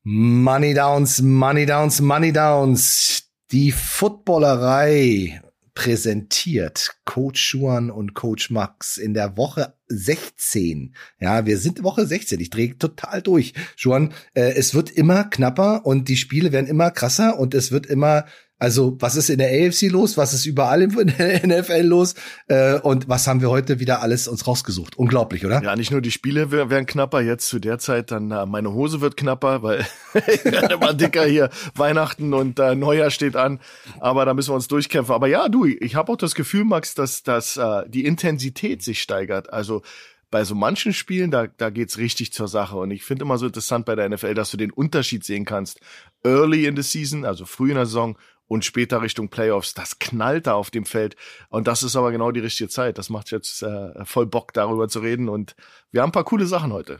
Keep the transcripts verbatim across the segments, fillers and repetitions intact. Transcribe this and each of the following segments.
Money Downs, Money Downs, Money Downs. Die Footballerei präsentiert Coach Schuhan und Coach Max in der Woche sechzehn. Ja, wir sind Woche sechzehn. Ich drehe total durch. Schuhan, äh, es wird immer knapper und die Spiele werden immer krasser und es wird immer, also was ist in der A F C los? Was ist überall in der N F L los? Äh, und was haben wir heute wieder alles uns rausgesucht? Unglaublich, oder? Ja, nicht nur die Spiele werden knapper, jetzt zu der Zeit dann äh, meine Hose wird knapper, weil ich werde immer dicker hier. Weihnachten und äh, Neujahr steht an, aber da müssen wir uns durchkämpfen. Aber ja, du, ich habe auch das Gefühl, Max, dass, dass äh, die Intensität sich steigert. Also bei so manchen Spielen, da, da geht's richtig zur Sache. Und ich finde immer so interessant bei der N F L, dass du den Unterschied sehen kannst. Early in the season, also früh in der Saison, und später Richtung Playoffs, das knallt da auf dem Feld. Und das ist aber genau die richtige Zeit. Das macht jetzt äh, voll Bock, darüber zu reden. Und wir haben ein paar coole Sachen heute.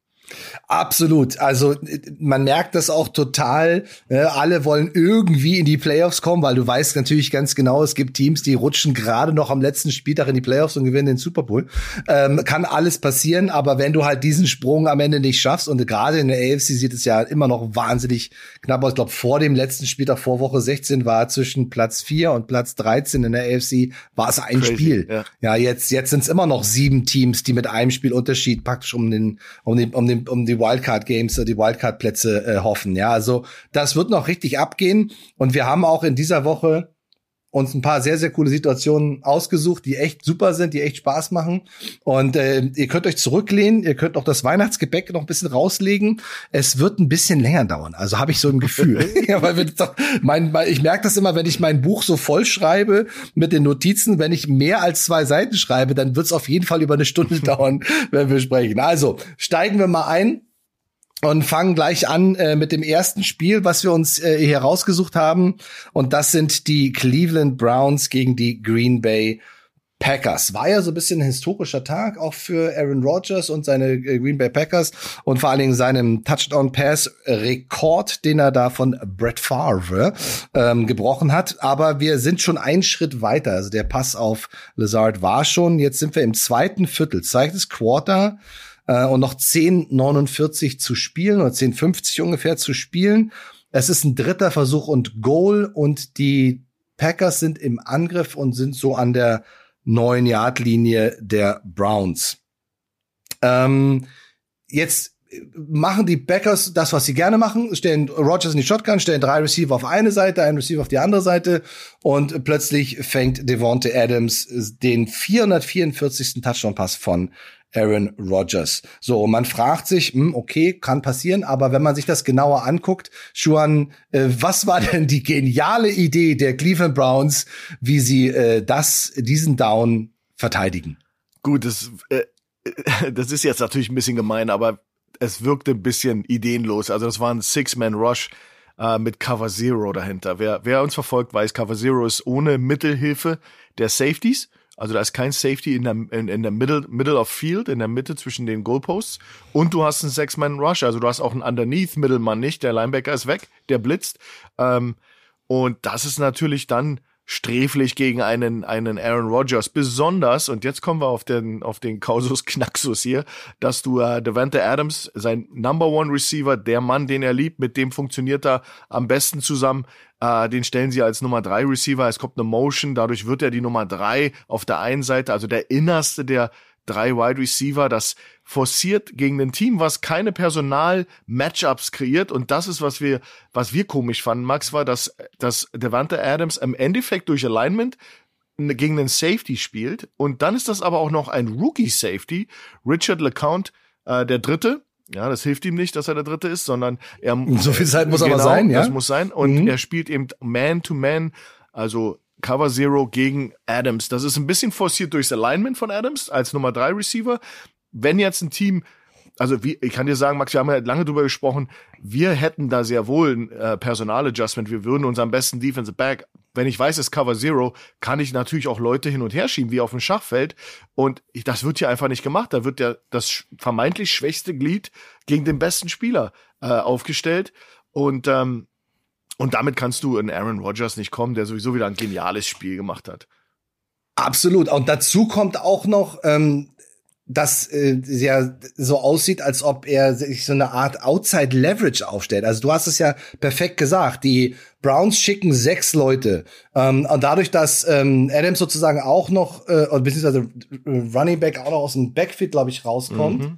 Absolut. Also man merkt das auch total. Äh, alle wollen irgendwie in die Playoffs kommen, weil du weißt natürlich ganz genau, es gibt Teams, die rutschen gerade noch am letzten Spieltag in die Playoffs und gewinnen den Super Bowl. Ähm, kann alles passieren, aber wenn du halt diesen Sprung am Ende nicht schaffst, und gerade in der A F C sieht es ja immer noch wahnsinnig knapp aus. Ich glaube, vor dem letzten Spieltag, vor Woche sechzehn, war zwischen Platz vier und Platz dreizehn in der A F C, war es ein Crazy, Spiel. Ja, ja jetzt jetzt sind es immer noch sieben Teams, die mit einem Spiel Unterschied praktisch um den um den um den um die Wildcard-Games, die Wildcard-Plätze äh, hoffen. Ja, also das wird noch richtig abgehen. Und wir haben auch in dieser Woche uns ein paar sehr, sehr coole Situationen ausgesucht, die echt super sind, die echt Spaß machen. Und äh, ihr könnt euch zurücklehnen, ihr könnt auch das Weihnachtsgebäck noch ein bisschen rauslegen. Es wird ein bisschen länger dauern, also habe ich so im Gefühl. Ja, weil wir doch, mein, ich merke das immer, wenn ich mein Buch so voll schreibe mit den Notizen, wenn ich mehr als zwei Seiten schreibe, dann wird es auf jeden Fall über eine Stunde dauern, wenn wir sprechen. Also steigen wir mal ein und fangen gleich an äh, mit dem ersten Spiel, was wir uns äh, hier rausgesucht haben. Und das sind die Cleveland Browns gegen die Green Bay Packers. War ja so ein bisschen ein historischer Tag, auch für Aaron Rodgers und seine äh, Green Bay Packers und vor allen Dingen seinem Touchdown-Pass-Rekord, den er da von Brett Favre ähm, gebrochen hat. Aber wir sind schon einen Schritt weiter. Also der Pass auf Lazard war schon. Jetzt sind wir im zweiten Viertel, zweites Quarter. Und noch zehn neunundvierzig zu spielen oder zehn fünfzig ungefähr zu spielen. Es ist ein dritter Versuch und Goal und die Packers sind im Angriff und sind so an der neun Yard Linie der Browns. Ähm, jetzt machen die Packers das, was sie gerne machen, stellen Rodgers in die Shotgun, stellen drei Receiver auf eine Seite, einen Receiver auf die andere Seite und plötzlich fängt Devontae Adams den vierhundertvierundvierzigsten Touchdown-Pass von Aaron Rodgers. So, man fragt sich, hm, okay, kann passieren, aber wenn man sich das genauer anguckt, Schuhan, äh, was war denn die geniale Idee der Cleveland Browns, wie sie äh, das, diesen Down verteidigen? Gut, das, äh, das ist jetzt natürlich ein bisschen gemein, aber es wirkte ein bisschen ideenlos. Also das war ein Six-Man-Rush äh, mit Cover Zero dahinter. Wer, wer uns verfolgt, weiß, Cover Zero ist ohne Mittelhilfe der Safeties. Also da ist kein Safety in der, in, in der Middle, Middle of Field, in der Mitte zwischen den Goalposts. Und du hast einen Six-Man-Rush, also du hast auch einen Underneath-Mittelmann nicht. Der Linebacker ist weg, der blitzt. Ähm, und das ist natürlich dann sträflich gegen einen einen Aaron Rodgers. Besonders, und jetzt kommen wir auf den auf den Kausus Knaxus hier, dass du äh, Davante Adams, sein Number One Receiver, der Mann, den er liebt, mit dem funktioniert er am besten zusammen. Äh, den stellen sie als Nummer drei Receiver. Es kommt eine Motion, dadurch wird er die Nummer drei auf der einen Seite, also der innerste der drei Wide Receiver, das forciert gegen ein Team, was keine Personal-Matchups kreiert. Und das ist, was wir, was wir komisch fanden, Max, war, dass, dass Davante Adams im Endeffekt durch Alignment gegen einen Safety spielt. Und dann ist das aber auch noch ein Rookie-Safety, Richard LeCounte, äh, der Dritte. Ja, das hilft ihm nicht, dass er der Dritte ist, sondern er, so viel Zeit muss genau, aber sein, ja. Das muss sein. Und mhm. er spielt eben Man-to-Man, also Cover Zero gegen Adams. Das ist ein bisschen forciert durchs Alignment von Adams als Nummer drei Receiver. Wenn jetzt ein Team, also wie, ich kann dir sagen, Max, wir haben ja lange drüber gesprochen, wir hätten da sehr wohl ein äh, Personal-Adjustment. Wir würden unseren besten Defensive Back, wenn ich weiß, es ist Cover Zero, kann ich natürlich auch Leute hin und her schieben, wie auf dem Schachfeld. Und ich, das wird hier einfach nicht gemacht. Da wird ja das vermeintlich schwächste Glied gegen den besten Spieler äh, aufgestellt. Und ähm, Und damit kannst du in Aaron Rodgers nicht kommen, der sowieso wieder ein geniales Spiel gemacht hat. Absolut. Und dazu kommt auch noch, ähm, dass äh, ja so aussieht, als ob er sich so eine Art Outside Leverage aufstellt. Also du hast es ja perfekt gesagt. Die Browns schicken sechs Leute ähm, und dadurch, dass ähm, Adams sozusagen auch noch äh, beziehungsweise Running Back auch noch aus dem Backfield, glaube ich, rauskommt. Mhm.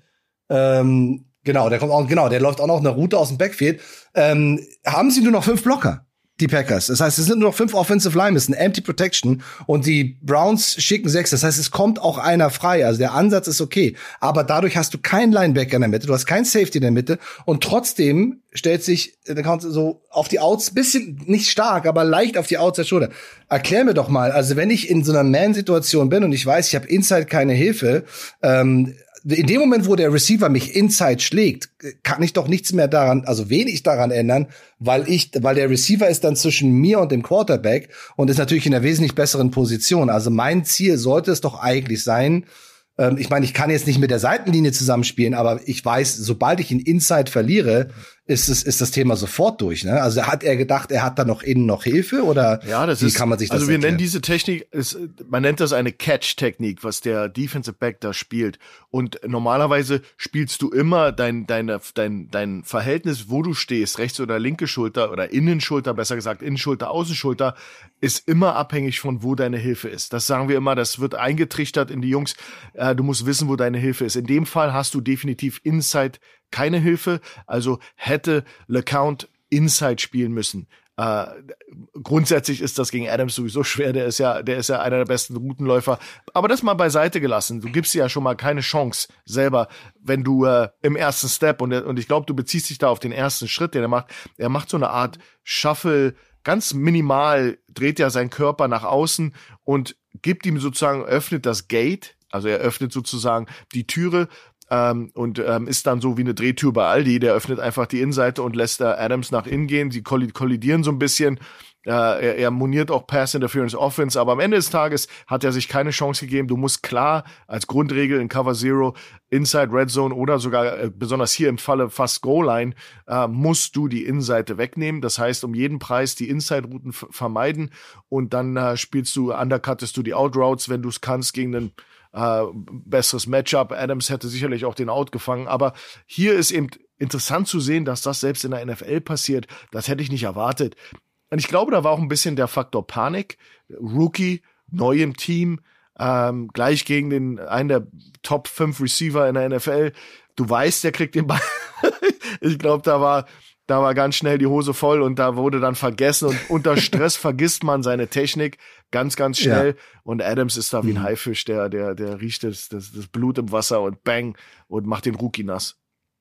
Ähm, genau, der kommt auch genau, der läuft auch noch eine Route aus dem Backfield. Ähm, haben sie nur noch fünf Blocker? Die Packers. Das heißt, es sind nur noch fünf Offensive Linemen, es ist ein Empty Protection und die Browns schicken sechs. Das heißt, es kommt auch einer frei. Also der Ansatz ist okay. Aber dadurch hast du keinen Linebacker in der Mitte, du hast keinen Safety in der Mitte und trotzdem stellt sich der Counter so auf die Outs, bisschen nicht stark, aber leicht auf die Outside Shoulder. Erklär mir doch mal, also wenn ich in so einer Man-Situation bin und ich weiß, ich habe Inside keine Hilfe, ähm, in dem Moment, wo der Receiver mich inside schlägt, kann ich doch nichts mehr daran, also wenig daran ändern, weil ich, weil der Receiver ist dann zwischen mir und dem Quarterback und ist natürlich in einer wesentlich besseren Position. Also mein Ziel sollte es doch eigentlich sein, ähm, ich meine, ich kann jetzt nicht mit der Seitenlinie zusammenspielen, aber ich weiß, sobald ich ihn inside verliere, ist es, ist das Thema sofort durch, ne? Also hat er gedacht, er hat da noch innen noch Hilfe oder ja, das wie ist, kann man sich das also wir erklären? nennen diese Technik, ist, man nennt das eine Catch-Technik, was der Defensive Back da spielt. Und normalerweise spielst du immer dein, dein, dein, dein Verhältnis, wo du stehst, rechts oder linke Schulter oder Innenschulter, besser gesagt Innenschulter, Außenschulter, ist immer abhängig von wo deine Hilfe ist. Das sagen wir immer, das wird eingetrichtert in die Jungs. Äh, du musst wissen, wo deine Hilfe ist. In dem Fall hast du definitiv Inside keine Hilfe, also hätte LeCount Inside spielen müssen. Äh, grundsätzlich ist das gegen Adams sowieso schwer, der ist ja, der ist ja einer der besten Routenläufer. Aber das mal beiseite gelassen. Du gibst dir ja schon mal keine Chance selber, wenn du äh, im ersten Step und, und ich glaube, du beziehst dich da auf den ersten Schritt, den er macht. Er macht so eine Art Shuffle, ganz minimal dreht er seinen Körper nach außen und gibt ihm sozusagen, öffnet das Gate, also er öffnet sozusagen die Türe. Ähm, und ähm, ist dann so wie eine Drehtür bei Aldi, der öffnet einfach die Innenseite und lässt da Adams nach innen gehen, sie kollidieren so ein bisschen, äh, er, er moniert auch Pass Interference Offense, aber am Ende des Tages hat er sich keine Chance gegeben. Du musst klar als Grundregel in Cover Zero, Inside Red Zone oder sogar äh, besonders hier im Falle fast Goal Line, äh, musst du die Innenseite wegnehmen, das heißt um jeden Preis die Inside-Routen f- vermeiden und dann äh, spielst du, undercuttest du die Out-Routes, wenn du es kannst, gegen den Uh, besseres Matchup. Adams hätte sicherlich auch den Out gefangen, aber hier ist eben interessant zu sehen, dass das selbst in der N F L passiert. Das hätte ich nicht erwartet. Und ich glaube, da war auch ein bisschen der Faktor Panik. Rookie, neu im Team, ähm, gleich gegen den einen der Top fünf Receiver in der N F L. Du weißt, der kriegt den Ball. Ich glaube, da war Da war ganz schnell die Hose voll und da wurde dann vergessen und unter Stress vergisst man seine Technik ganz, ganz schnell. Ja. Und Adams ist da wie ein Haifisch, der, der, der riecht das, das, das Blut im Wasser und bang und macht den Rookie nass.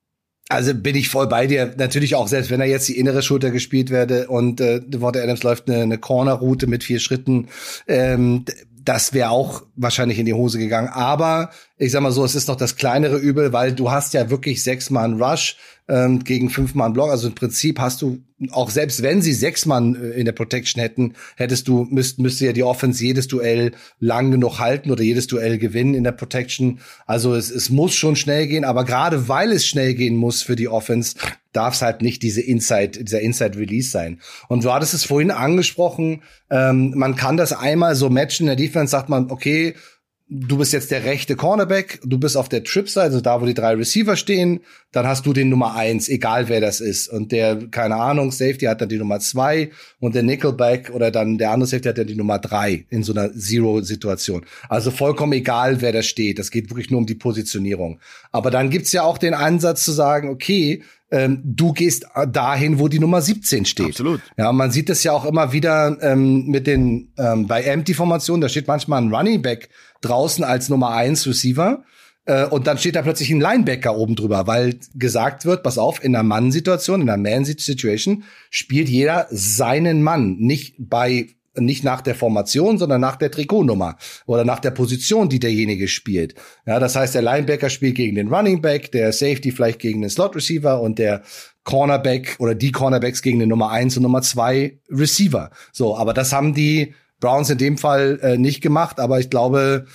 Also bin ich voll bei dir. Natürlich auch, selbst wenn er jetzt die innere Schulter gespielt werde und äh, Devontae Adams läuft eine, eine Corner-Route mit vier Schritten, ähm, das wäre auch wahrscheinlich in die Hose gegangen. Aber ich sag mal so, es ist noch das kleinere Übel, weil du hast ja wirklich sechs Mann Rush ähm, gegen fünf Mann Block. Also im Prinzip hast du, auch selbst wenn sie sechs Mann äh, in der Protection hätten, hättest du, müsst, müsste ja die Offense jedes Duell lang genug halten oder jedes Duell gewinnen in der Protection. Also es, es muss schon schnell gehen, aber gerade weil es schnell gehen muss für die Offense, darf es halt nicht diese Inside, dieser Inside-Release sein. Und du hattest es vorhin angesprochen, ähm, man kann das einmal so matchen. In der Defense sagt man, okay, du bist jetzt der rechte Cornerback, du bist auf der Trip-Side, also da, wo die drei Receiver stehen, dann hast du den Nummer eins, egal wer das ist. Und der, keine Ahnung, Safety hat dann die Nummer zwei und der Nickelback oder dann der andere Safety hat dann die Nummer drei in so einer Zero-Situation. Also vollkommen egal, wer da steht. Das geht wirklich nur um die Positionierung. Aber dann gibt's ja auch den Ansatz zu sagen, okay, ähm, du gehst dahin, wo die Nummer siebzehn steht. Absolut. Ja, man sieht das ja auch immer wieder ähm, mit den ähm, bei Empty-Formationen, da steht manchmal ein Running Back draußen als Nummer eins Receiver äh, und dann steht da plötzlich ein Linebacker oben drüber, weil gesagt wird, pass auf, in einer Mann-Situation, in einer Man-Situation spielt jeder seinen Mann, nicht bei nicht nach der Formation, sondern nach der Trikotnummer oder nach der Position, die derjenige spielt. Ja, das heißt, der Linebacker spielt gegen den Running Back, der Safety vielleicht gegen den Slot Receiver und der Cornerback oder die Cornerbacks gegen den Nummer eins und Nummer zwei Receiver. So, aber das haben die Browns in dem Fall äh, nicht gemacht, aber ich glaube,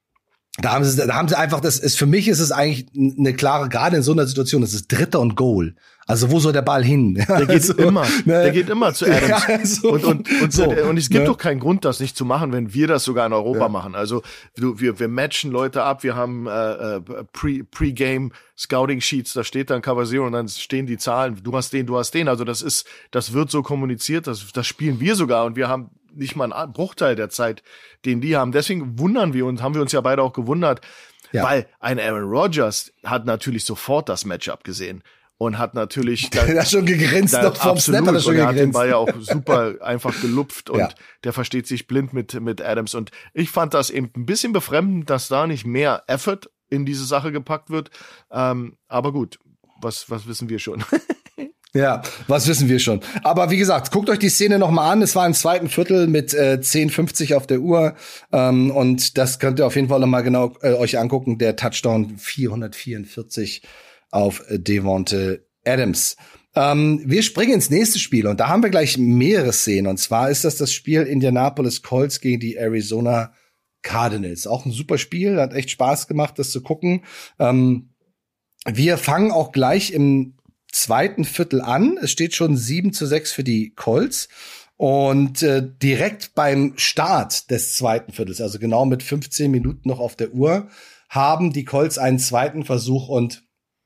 da haben sie, da haben sie einfach, das ist, für mich ist es eigentlich eine klare, gerade in so einer Situation, das ist Dritter und Goal. Also wo soll der Ball hin? Der geht also, immer, ne? der geht immer zu Adams. Ja, so, und, und, und, so, und es gibt ne? doch keinen Grund, das nicht zu machen, wenn wir das sogar in Europa ja. machen. Also wir, wir matchen Leute ab, wir haben äh, Pre, Pre-Game Scouting Sheets, da steht dann Cover Zero und dann stehen die Zahlen. Du hast den, du hast den. Also das ist, das wird so kommuniziert, das, das spielen wir sogar und wir haben nicht mal einen Bruchteil der Zeit, den die haben. Deswegen wundern wir uns, haben wir uns ja beide auch gewundert, ja. weil ein Aaron Rodgers hat natürlich sofort das Matchup gesehen. Und hat natürlich da, der hat schon gegrinst da, noch vom absolut, Snap, hat er schon und er gegrinst. hat den Ball ja auch super einfach gelupft und ja. der versteht sich blind mit mit Adams und ich fand das eben ein bisschen befremdend, dass da nicht mehr Effort in diese Sache gepackt wird, ähm, aber gut, was was wissen wir schon. Ja, was wissen wir schon. Aber wie gesagt, guckt euch die Szene noch mal an. Es war im zweiten Viertel mit äh, zehn fünfzig auf der Uhr. Ähm, und das könnt ihr auf jeden Fall noch mal genau äh, euch angucken. Der Touchdown vierhundertvierundvierzig auf Davante Adams. Ähm, wir springen ins nächste Spiel. Und da haben wir gleich mehrere Szenen. Und zwar ist das das Spiel Indianapolis Colts gegen die Arizona Cardinals. Auch ein super Spiel. Hat echt Spaß gemacht, das zu gucken. Ähm, wir fangen auch gleich im zweiten Viertel an. Es steht schon sieben zu sechs für die Colts. Und äh, direkt beim Start des zweiten Viertels, also genau mit fünfzehn Minuten noch auf der Uhr, haben die Colts einen zweiten Versuch und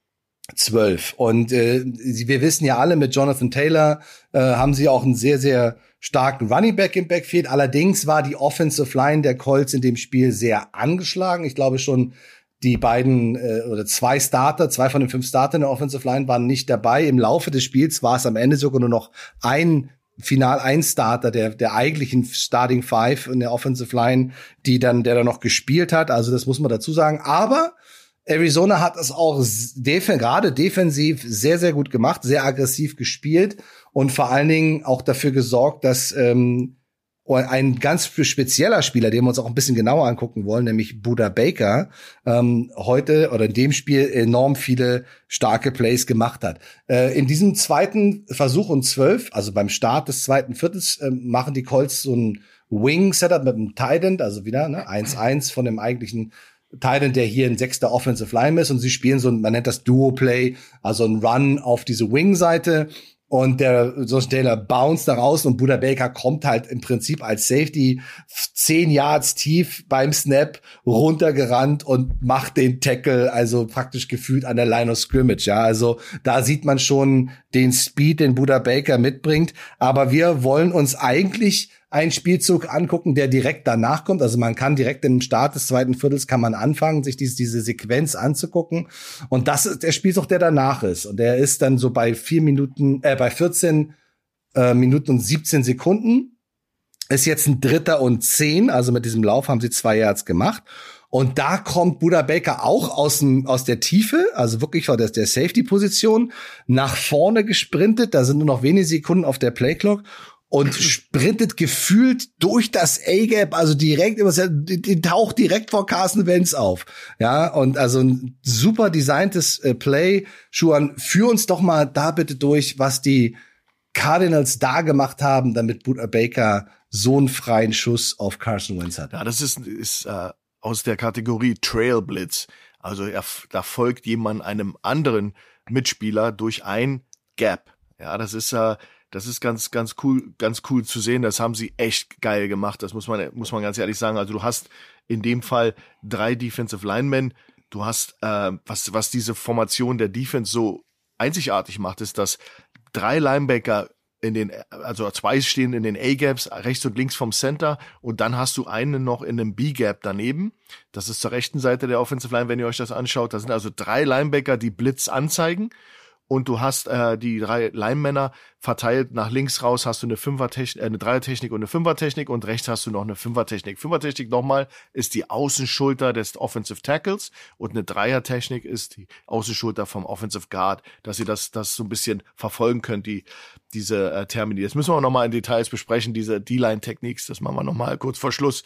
zwölf. Und äh, wir wissen ja alle, mit Jonathan Taylor äh, haben sie auch einen sehr, sehr starken Running Back im Backfield. Allerdings war die Offensive Line der Colts in dem Spiel sehr angeschlagen. Ich glaube schon, die beiden äh, oder zwei Starter, zwei von den fünf Startern in der Offensive Line waren nicht dabei. Im Laufe des Spiels war es am Ende sogar nur noch ein Final ein Starter der der eigentlichen Starting Five in der Offensive Line, die dann der dann noch gespielt hat. Also das muss man dazu sagen. Aber Arizona hat es auch def- gerade defensiv sehr, sehr gut gemacht, sehr aggressiv gespielt und vor allen Dingen auch dafür gesorgt, dass ähm, ein ganz spezieller Spieler, den wir uns auch ein bisschen genauer angucken wollen, nämlich Budda Baker, ähm, heute oder in dem Spiel enorm viele starke Plays gemacht hat. Äh, in diesem zweiten Versuch und zwölf, also beim Start des zweiten Viertels, äh, machen die Colts so ein Wing-Setup mit einem Tight End, also wieder ne, eins eins von dem eigentlichen Tight End, der hier ein sechster Offensive Line ist, und sie spielen so ein, man nennt das Duo-Play, also ein Run auf diese Wing-Seite. Und der so Taylor bounce da raus und Budda Baker kommt halt im Prinzip als Safety zehn Yards tief beim Snap runtergerannt und macht den Tackle, also praktisch gefühlt an der Line of Scrimmage. Ja, also da sieht man schon den Speed, den Budda Baker mitbringt. Aber wir wollen uns eigentlich einen Spielzug angucken, der direkt danach kommt. Also man kann direkt im Start des zweiten Viertels kann man anfangen, sich diese, diese Sequenz anzugucken. Und das ist der Spielzug, der danach ist. Und der ist dann so bei vier Minuten, äh, bei vierzehn äh, Minuten und siebzehn Sekunden. Ist jetzt ein Dritter und zehn. Also mit diesem Lauf haben sie zwei Yards gemacht. Und da kommt Budda Baker auch aus dem, aus der Tiefe, also wirklich von der, der Safety-Position, nach vorne gesprintet. Da sind nur noch wenige Sekunden auf der Playclock. Und sprintet gefühlt durch das A-Gap, also direkt, den taucht direkt vor Carson Wentz auf. Ja, und also ein super designtes äh, Play. Schuhan, führ uns doch mal da bitte durch, was die Cardinals da gemacht haben, damit Budda Baker so einen freien Schuss auf Carson Wentz hat. Ja, das ist, ist äh, aus der Kategorie Trail Blitz. Also er, da folgt jemand einem anderen Mitspieler durch ein Gap. Ja, das ist äh, Das ist ganz, ganz cool, ganz cool zu sehen. Das haben sie echt geil gemacht. Das muss man, muss man ganz ehrlich sagen. Also du hast in dem Fall drei Defensive Linemen. Du hast, äh, was, was diese Formation der Defense so einzigartig macht, ist, dass drei Linebacker in den, also zwei stehen in den A-Gaps, rechts und links vom Center, und dann hast du einen noch in einem B-Gap daneben. Das ist zur rechten Seite der Offensive Line, wenn ihr euch das anschaut. Da sind also drei Linebacker, die Blitz anzeigen. Und du hast äh, die drei Linemänner verteilt nach links raus, hast du eine Fünfertechnik, äh, eine Dreiertechnik und eine Fünfertechnik, und rechts hast du noch eine Fünfertechnik. Fünfertechnik nochmal ist die Außenschulter des Offensive Tackles, und eine Dreiertechnik ist die Außenschulter vom Offensive Guard, dass ihr das das so ein bisschen verfolgen könnt, die diese äh, Termini. Das müssen wir nochmal in Details besprechen, diese D-Line-Techniques, das machen wir nochmal kurz vor Schluss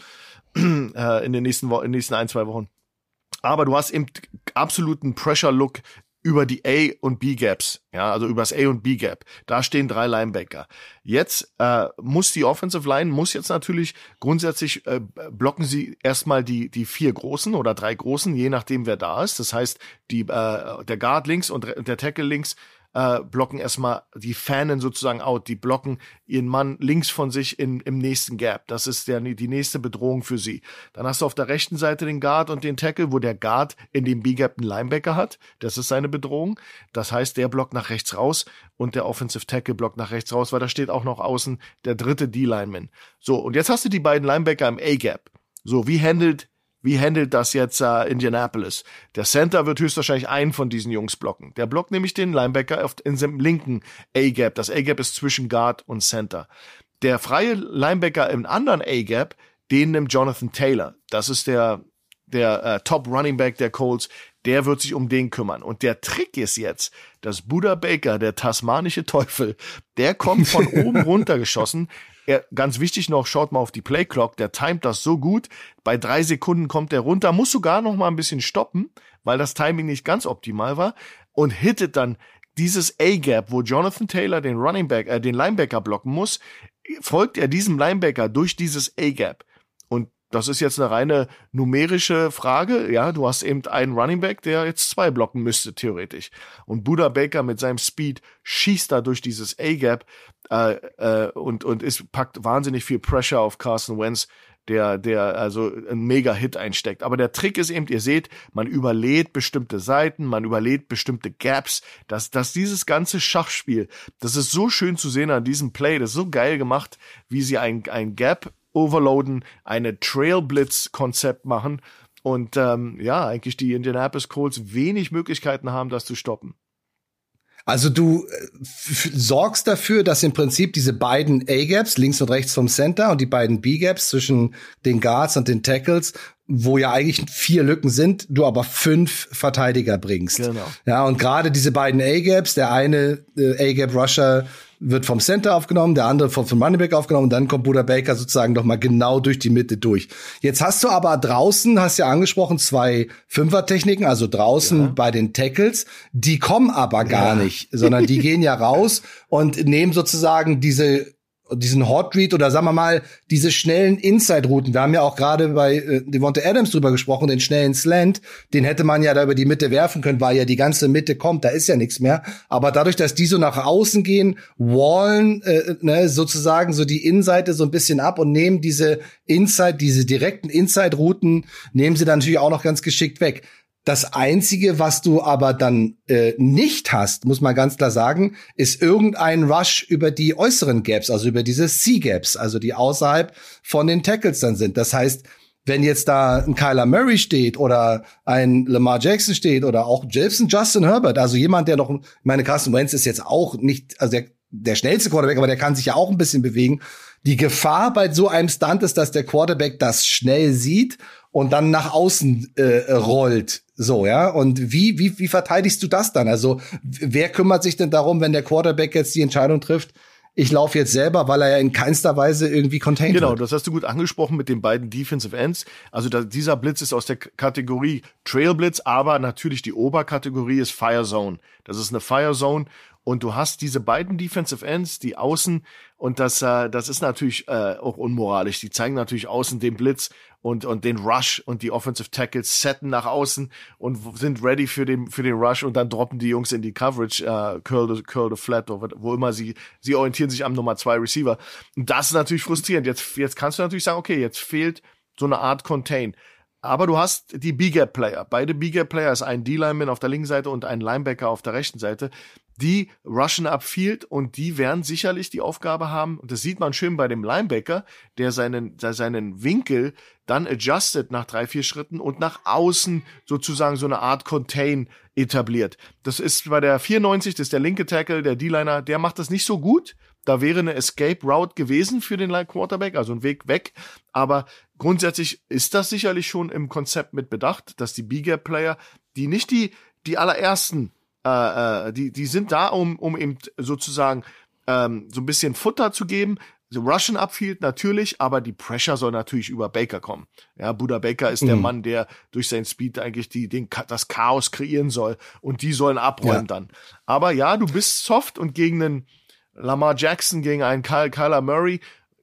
äh, in den nächsten Wo- in den nächsten ein, zwei Wochen. Aber du hast eben absoluten Pressure-Look über die A- und B-Gaps, ja, also über das A- und B-Gap. Da stehen drei Linebacker. Jetzt äh, muss die Offensive Line, muss jetzt natürlich grundsätzlich äh, blocken sie erstmal die die vier Großen oder drei Großen, je nachdem, wer da ist. Das heißt, die äh, der Guard links und der Tackle links äh, blocken erstmal, die fannen sozusagen out, die blocken ihren Mann links von sich in, im nächsten Gap. Das ist der, die nächste Bedrohung für sie. Dann hast du auf der rechten Seite den Guard und den Tackle, wo der Guard in dem B-Gap einen Linebacker hat. Das ist seine Bedrohung. Das heißt, der blockt nach rechts raus und der Offensive Tackle blockt nach rechts raus, weil da steht auch noch außen der dritte D-Lineman. So, und jetzt hast du die beiden Linebacker im A-Gap. So, wie handelt Wie handelt das jetzt uh, Indianapolis? Der Center wird höchstwahrscheinlich einen von diesen Jungs blocken. Der blockt nämlich den Linebacker auf, in seinem linken A-Gap. Das A-Gap ist zwischen Guard und Center. Der freie Linebacker im anderen A-Gap, den nimmt Jonathan Taylor. Das ist der, der uh, Top Running Back der Colts. Der wird sich um den kümmern. Und der Trick ist jetzt, dass Budda Baker, der tasmanische Teufel, der kommt von oben runtergeschossen. Er, ganz wichtig noch, schaut mal auf die Playclock, der timet das so gut. Bei drei Sekunden kommt er runter, muss sogar noch mal ein bisschen stoppen, weil das Timing nicht ganz optimal war und hittet dann dieses A-Gap, wo Jonathan Taylor den Running Back, äh, den Linebacker blocken muss, folgt er diesem Linebacker durch dieses A-Gap. Und das ist jetzt eine reine numerische Frage. Ja, du hast eben einen Running Back, der jetzt zwei blocken müsste, theoretisch. Und Budda Baker mit seinem Speed schießt da durch dieses A-Gap äh, äh, und, und ist, packt wahnsinnig viel Pressure auf Carson Wentz, der, der also einen Mega-Hit einsteckt. Aber der Trick ist eben, ihr seht, man überlädt bestimmte Seiten, man überlädt bestimmte Gaps, dass, dass dieses ganze Schachspiel, das ist so schön zu sehen an diesem Play, das ist so geil gemacht, wie sie ein, ein Gap overloaden, eine Trail-Blitz-Konzept machen und ähm, ja, eigentlich die Indianapolis Colts wenig Möglichkeiten haben, das zu stoppen. Also du f- sorgst dafür, dass im Prinzip diese beiden A-Gaps, links und rechts vom Center, und die beiden B-Gaps zwischen den Guards und den Tackles, wo ja eigentlich vier Lücken sind, du aber fünf Verteidiger bringst. Genau. Ja, und gerade diese beiden A-Gaps, der eine äh, A-Gap-Rusher wird vom Center aufgenommen, der andere vom, vom Running Back aufgenommen, und dann kommt Budda Baker sozusagen noch mal genau durch die Mitte durch. Jetzt hast du aber draußen, hast ja angesprochen, zwei Fünfer-Techniken, also draußen ja. bei den Tackles, die kommen aber gar ja. nicht, sondern die gehen ja raus und nehmen sozusagen diese diesen Hot Read oder sagen wir mal diese schnellen Inside-Routen. Wir haben ja auch gerade bei äh, Devonta Adams drüber gesprochen, den schnellen Slant, den hätte man ja da über die Mitte werfen können, weil ja die ganze Mitte kommt, da ist ja nichts mehr. Aber dadurch, dass die so nach außen gehen, wallen äh, ne, sozusagen so die Innenseite so ein bisschen ab und nehmen diese Inside, diese direkten Inside-Routen, nehmen sie dann natürlich auch noch ganz geschickt weg. Das Einzige, was du aber dann äh, nicht hast, muss man ganz klar sagen, ist irgendein Rush über die äußeren Gaps, also über diese C-Gaps, also die außerhalb von den Tackles dann sind. Das heißt, wenn jetzt da ein Kyler Murray steht oder ein Lamar Jackson steht oder auch Justin Herbert, also jemand, der noch, ich meine, Carson Wentz ist jetzt auch nicht, also der, der schnellste Quarterback, aber der kann sich ja auch ein bisschen bewegen. Die Gefahr bei so einem Stunt ist, dass der Quarterback das schnell sieht und dann nach außen äh, rollt. So, ja. Und wie, wie, wie verteidigst du das dann? Also, wer kümmert sich denn darum, wenn der Quarterback jetzt die Entscheidung trifft, ich laufe jetzt selber, weil er ja in keinster Weise irgendwie contained Genau, wird? das hast du gut angesprochen mit den beiden Defensive Ends. Also da, dieser Blitz ist aus der K- Kategorie Trail Blitz, aber natürlich die Oberkategorie ist Fire Zone. Das ist eine Fire Zone. Und du hast diese beiden Defensive Ends, die außen, und das, äh, das ist natürlich äh, auch unmoralisch. Die zeigen natürlich außen den Blitz und und den Rush, und die Offensive Tackles setten nach außen und sind ready für den für den Rush, und dann droppen die Jungs in die Coverage, äh, curl the, curl the flat, wo immer sie sie orientieren sich am Nummer zwei Receiver. Und das ist natürlich frustrierend. Jetzt jetzt kannst du natürlich sagen, okay, jetzt fehlt so eine Art Contain. Aber du hast die B-Gap-Player. Beide B-Gap-Player ist ein D-Lineman auf der linken Seite und ein Linebacker auf der rechten Seite. Die rushen upfield, und die werden sicherlich die Aufgabe haben, und das sieht man schön bei dem Linebacker, der seinen, seinen Winkel dann adjusted nach drei, vier Schritten und nach außen sozusagen so eine Art Contain etabliert. Das ist bei der vierundneunzig, das ist der linke Tackle, der D-Liner, der macht das nicht so gut. Da wäre eine Escape Route gewesen für den Quarterback, also ein Weg weg. Aber grundsätzlich ist das sicherlich schon im Konzept mit bedacht, dass die B-Gap-Player, die nicht die, die allerersten, äh, die, die sind da, um, um eben sozusagen ähm, so ein bisschen Futter zu geben. The Russian Upfield natürlich, aber die Pressure soll natürlich über Baker kommen. Ja, Budda Baker ist mhm. der Mann, der durch seinen Speed eigentlich die, den, das Chaos kreieren soll, und die sollen abräumen ja. dann. Aber ja, du bist soft, und gegen einen Lamar Jackson, gegen einen Kyle, Kyler Murray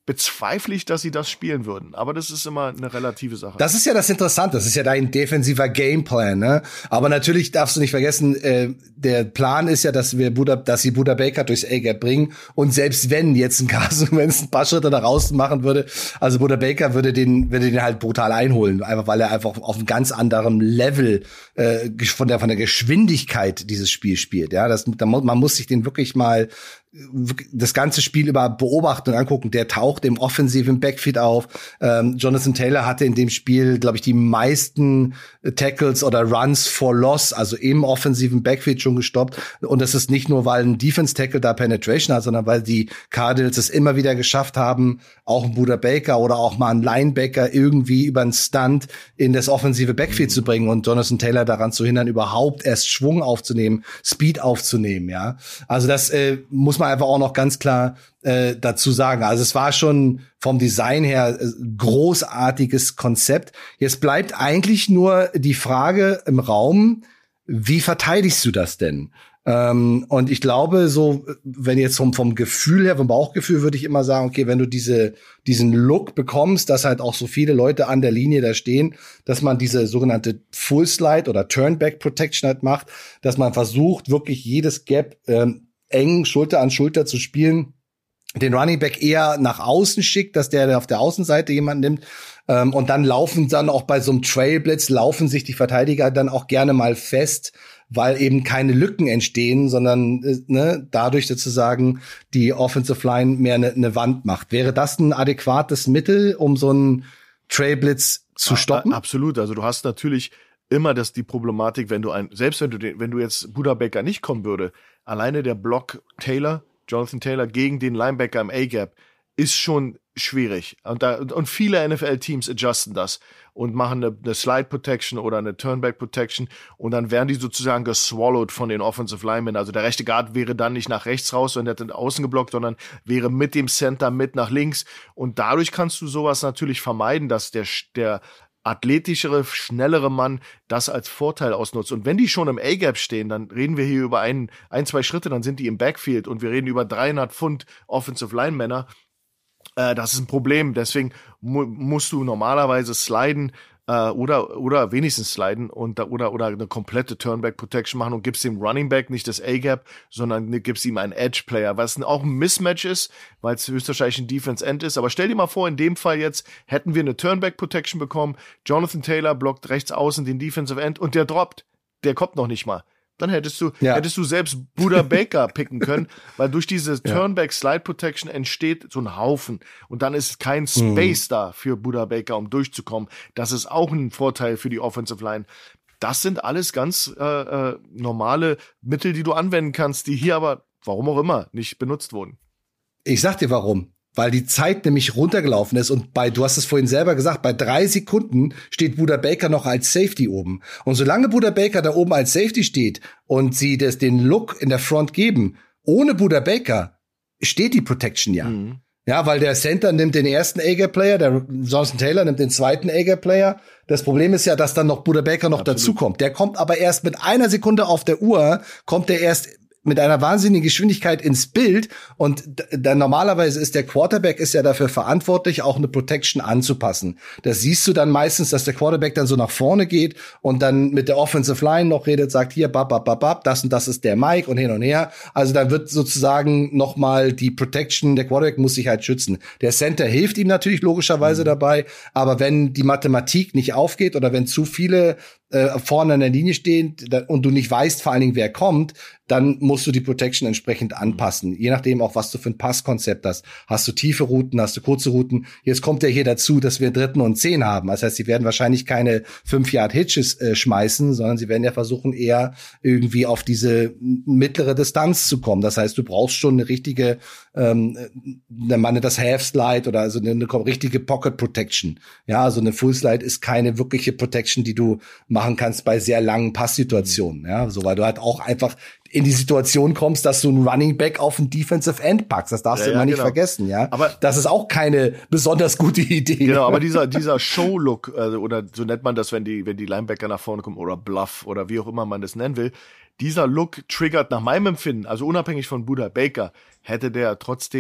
bezweifle ich, dass sie das spielen würden. Aber das ist immer eine relative Sache. Das ist ja das Interessante. Das ist ja dein defensiver Gameplan, ne? Aber natürlich darfst du nicht vergessen, äh, der Plan ist ja, dass wir Buda, dass sie Buda Baker durchs A-Gap bringen. Und selbst wenn jetzt ein Carson Wentz ein paar Schritte nach außen machen würde, also Buda Baker würde den, würde den halt brutal einholen. Einfach, weil er einfach auf einem ganz anderen Level, äh, von der, von der Geschwindigkeit dieses Spiel spielt. Ja, das, da, man muss sich den wirklich mal das ganze Spiel über beobachten und angucken. Der taucht im offensiven Backfield auf. Ähm, Jonathan Taylor hatte in dem Spiel, glaube ich, die meisten Tackles oder Runs for Loss, also im offensiven Backfield schon gestoppt. Und das ist nicht nur, weil ein Defense-Tackle da Penetration hat, sondern weil die Cardinals es immer wieder geschafft haben, auch ein Buda Baker oder auch mal einen Linebacker irgendwie über einen Stunt in das offensive Backfield mhm. zu bringen und Jonathan Taylor daran zu hindern, überhaupt erst Schwung aufzunehmen, Speed aufzunehmen, ja. Also das äh, muss man einfach auch noch ganz klar äh, dazu sagen. Also es war schon vom Design her äh, großartiges Konzept. Jetzt bleibt eigentlich nur die Frage im Raum, wie verteidigst du das denn? Ähm, und ich glaube, so, wenn jetzt vom, vom Gefühl her, vom Bauchgefühl, würde ich immer sagen, okay, wenn du diese, diesen Look bekommst, dass halt auch so viele Leute an der Linie da stehen, dass man diese sogenannte Full Slide oder Turnback Protection halt macht, dass man versucht, wirklich jedes Gap ähm, eng Schulter an Schulter zu spielen, den Running Back eher nach außen schickt, dass der auf der Außenseite jemanden nimmt, ähm, und dann laufen dann auch bei so einem Trailblitz laufen sich die Verteidiger dann auch gerne mal fest, weil eben keine Lücken entstehen, sondern äh, ne, dadurch sozusagen die Offensive Line mehr eine ne Wand macht. Wäre das ein adäquates Mittel, um so einen Trailblitz zu stoppen? A- absolut, also du hast natürlich immer das die Problematik, wenn du ein, selbst wenn du den, wenn du jetzt Buda Baker nicht kommen würde, alleine der Block Taylor, Jonathan Taylor gegen den Linebacker im A-Gap ist schon schwierig. Und da, und viele N F L-Teams adjusten das und machen eine, eine Slide Protection oder eine Turnback Protection und dann werden die sozusagen geswallowed von den Offensive Linemen. Also der rechte Guard wäre dann nicht nach rechts raus und der hat außen geblockt, sondern wäre mit dem Center mit nach links. Und dadurch kannst du sowas natürlich vermeiden, dass der, der athletischere, schnellere Mann das als Vorteil ausnutzt. Und wenn die schon im A-Gap stehen, dann reden wir hier über ein, ein, zwei Schritte, dann sind die im Backfield und wir reden über dreihundert Pfund Offensive Line-Männer. Äh, das ist ein Problem. Deswegen mu- musst du normalerweise sliden äh, oder oder wenigstens sliden und da, oder oder eine komplette Turnback Protection machen und gibst dem Running Back nicht das A-Gap, sondern gibst ihm einen Edge-Player, was auch ein Mismatch ist, weil es höchstwahrscheinlich ein Defense-End ist. Aber stell dir mal vor, in dem Fall jetzt hätten wir eine Turnback Protection bekommen, Jonathan Taylor blockt rechts außen den Defensive End und der droppt. Der kommt noch nicht mal. Dann hättest du, ja. hättest du selbst Buda Baker picken können, weil durch diese Turnback Slide Protection entsteht so ein Haufen und dann ist kein Space mhm. da für Buda Baker, um durchzukommen. Das ist auch ein Vorteil für die Offensive Line. Das sind alles ganz äh, äh, normale Mittel, die du anwenden kannst, die hier aber, warum auch immer, nicht benutzt wurden. Ich sag dir warum. Weil die Zeit nämlich runtergelaufen ist und bei, du hast es vorhin selber gesagt, bei drei Sekunden steht Buda Baker noch als Safety oben. Und solange Buda Baker da oben als Safety steht und sie das, den Look in der Front geben, ohne Buda Baker steht die Protection ja. Mhm. Ja, weil der Center nimmt den ersten A-Gap-Player, der Jonathan Taylor nimmt den zweiten A-Gap-Player. Das Problem ist ja, dass dann noch Buda Baker noch dazukommt. Der kommt aber erst mit einer Sekunde auf der Uhr, kommt der erst mit einer wahnsinnigen Geschwindigkeit ins Bild und dann normalerweise ist der Quarterback ist ja dafür verantwortlich, auch eine Protection anzupassen. Das siehst du dann meistens, dass der Quarterback dann so nach vorne geht und dann mit der Offensive Line noch redet, sagt hier, bab, bab, bab, bab, das und das ist der Mike und hin und her. Also dann wird sozusagen noch mal die Protection, der Quarterback muss sich halt schützen. Der Center hilft ihm natürlich logischerweise mhm. dabei, aber wenn die Mathematik nicht aufgeht oder wenn zu viele äh, vorne an der Linie stehen und du nicht weißt vor allen Dingen, wer kommt, dann musst du die Protection entsprechend anpassen. Je nachdem auch, was du für ein Passkonzept hast. Hast du tiefe Routen, hast du kurze Routen. Jetzt kommt ja hier dazu, dass wir dritten und zehn haben. Das heißt, sie werden wahrscheinlich keine fünf Yard Hitches äh, schmeißen, sondern sie werden ja versuchen, eher irgendwie auf diese mittlere Distanz zu kommen. Das heißt, du brauchst schon eine richtige, ähm, man nennt das Half Slide oder also eine, eine richtige Pocket Protection. Ja, also eine Full Slide ist keine wirkliche Protection, die du machen kannst bei sehr langen Passsituationen. Ja, so, weil du halt auch einfach in die Situation kommst, dass du einen Running Back auf einen Defensive End packst. Das darfst ja, du immer ja, nicht genau. vergessen, ja. Aber das ist auch keine besonders gute Idee. Genau, aber dieser dieser Show-Look, also, oder so nennt man das, wenn die wenn die Linebacker nach vorne kommen oder Bluff oder wie auch immer man das nennen will, dieser Look triggert nach meinem Empfinden, also unabhängig von Buda Baker, hätte der trotzdem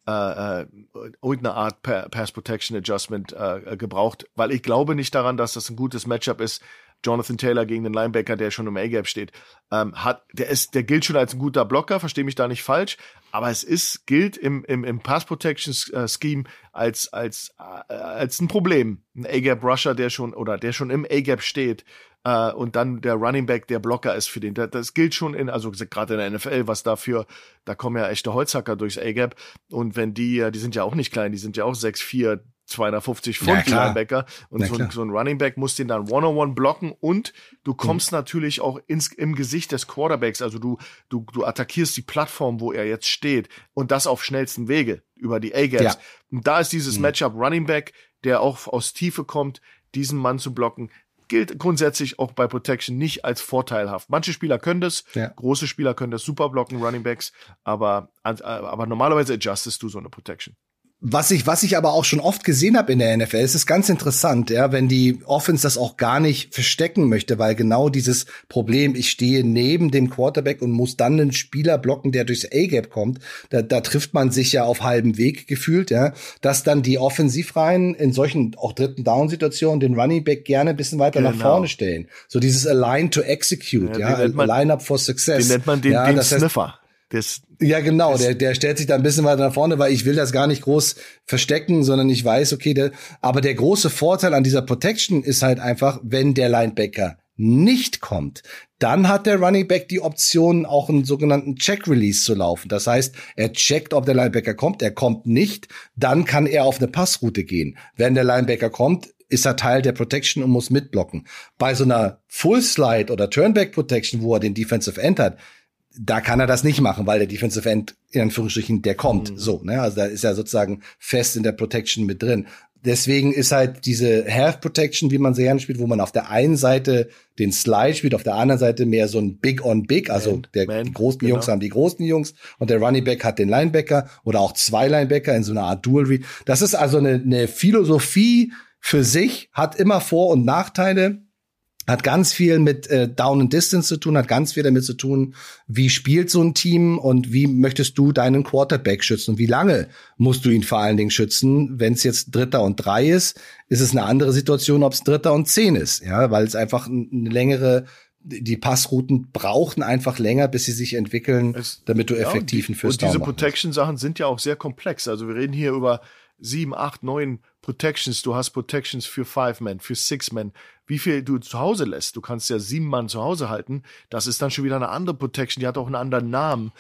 äh, irgendeine Art pa- Pass Protection Adjustment äh, gebraucht, weil ich glaube nicht daran, dass das ein gutes Matchup ist. Jonathan Taylor gegen den Linebacker, der schon im A-Gap steht, ähm, hat, der ist, der gilt schon als ein guter Blocker, verstehe mich da nicht falsch, aber es ist, gilt im, im, im Pass Protection Scheme als, als, äh, als ein Problem. Ein A-Gap Rusher, der schon, oder der schon im A-Gap steht, äh, und dann der Running Back, der Blocker ist für den, das, das gilt schon in, also gerade in der N F L, was dafür, da kommen ja echte Holzhacker durchs A-Gap, und wenn die, die sind ja auch nicht klein, die sind ja auch sechs vier, zweihundertfünfzig Pfund, die Linebacker. Und so ein, so ein Running Back muss den dann one-on-one blocken, und du kommst mhm. natürlich auch ins, im Gesicht des Quarterbacks. Also du, du, du attackierst die Plattform, wo er jetzt steht, und das auf schnellsten Wege über die A-Gaps. Ja. Und da ist dieses mhm. Matchup Running Back, der auch aus Tiefe kommt, diesen Mann zu blocken, gilt grundsätzlich auch bei Protection nicht als vorteilhaft. Manche Spieler können das, ja. große Spieler können das super blocken, Running Backs, aber, aber normalerweise adjustest du so eine Protection. Was ich, was ich aber auch schon oft gesehen habe in der N F L, es ist ganz interessant, ja, wenn die Offense das auch gar nicht verstecken möchte, weil genau dieses Problem, ich stehe neben dem Quarterback und muss dann einen Spieler blocken, der durchs A-Gap kommt, da, da trifft man sich ja auf halbem Weg gefühlt, ja, dass dann die Offensivreihen in solchen auch dritten Down-Situationen den Running Back gerne ein bisschen weiter genau. nach vorne stellen. So dieses Align to Execute, ja, ja man, Line-Up for Success. Den nennt man den, ja, den das heißt, Sniffer. Das, ja, genau, der, der stellt sich da ein bisschen weiter nach vorne, weil ich will das gar nicht groß verstecken, sondern ich weiß, okay, der, aber der große Vorteil an dieser Protection ist halt einfach, wenn der Linebacker nicht kommt, dann hat der Running Back die Option, auch einen sogenannten Check-Release zu laufen. Das heißt, er checkt, ob der Linebacker kommt, er kommt nicht, dann kann er auf eine Passroute gehen. Wenn der Linebacker kommt, ist er Teil der Protection und muss mitblocken. Bei so einer Full-Slide oder Turnback-Protection, wo er den Defensive End hat, da kann er das nicht machen, weil der Defensive End, in Anführungsstrichen, der kommt. Mhm. So, ne? Also da ist er sozusagen fest in der Protection mit drin. Deswegen ist halt diese Half Protection, wie man sie gerne spielt, wo man auf der einen Seite den Slide spielt, auf der anderen Seite mehr so ein Big on Big, also man, der, man, die großen genau. Jungs haben die großen Jungs und der Running Back hat den Linebacker oder auch zwei Linebacker in so einer Art Dual Read. Das ist also eine, eine Philosophie für sich, hat immer Vor- und Nachteile. Hat ganz viel mit äh, Down and Distance zu tun, hat ganz viel damit zu tun, wie spielt so ein Team und wie möchtest du deinen Quarterback schützen und wie lange musst du ihn vor allen Dingen schützen. Wenn es jetzt Dritter und Drei ist, ist es eine andere Situation, ob es Dritter und Zehn ist, ja, weil es einfach eine längere, die Passrouten brauchen einfach länger, bis sie sich entwickeln, es, damit du effektiv einen First Down machst. Und diese Protection-Sachen sind ja auch sehr komplex. Also wir reden hier über sieben, acht, neun Protections. Du hast Protections für Five-Man, für Six-Man. Wie viel du zu Hause lässt. Du kannst ja sieben Mann zu Hause halten. Das ist dann schon wieder eine andere Protection. Die hat auch einen anderen Namen.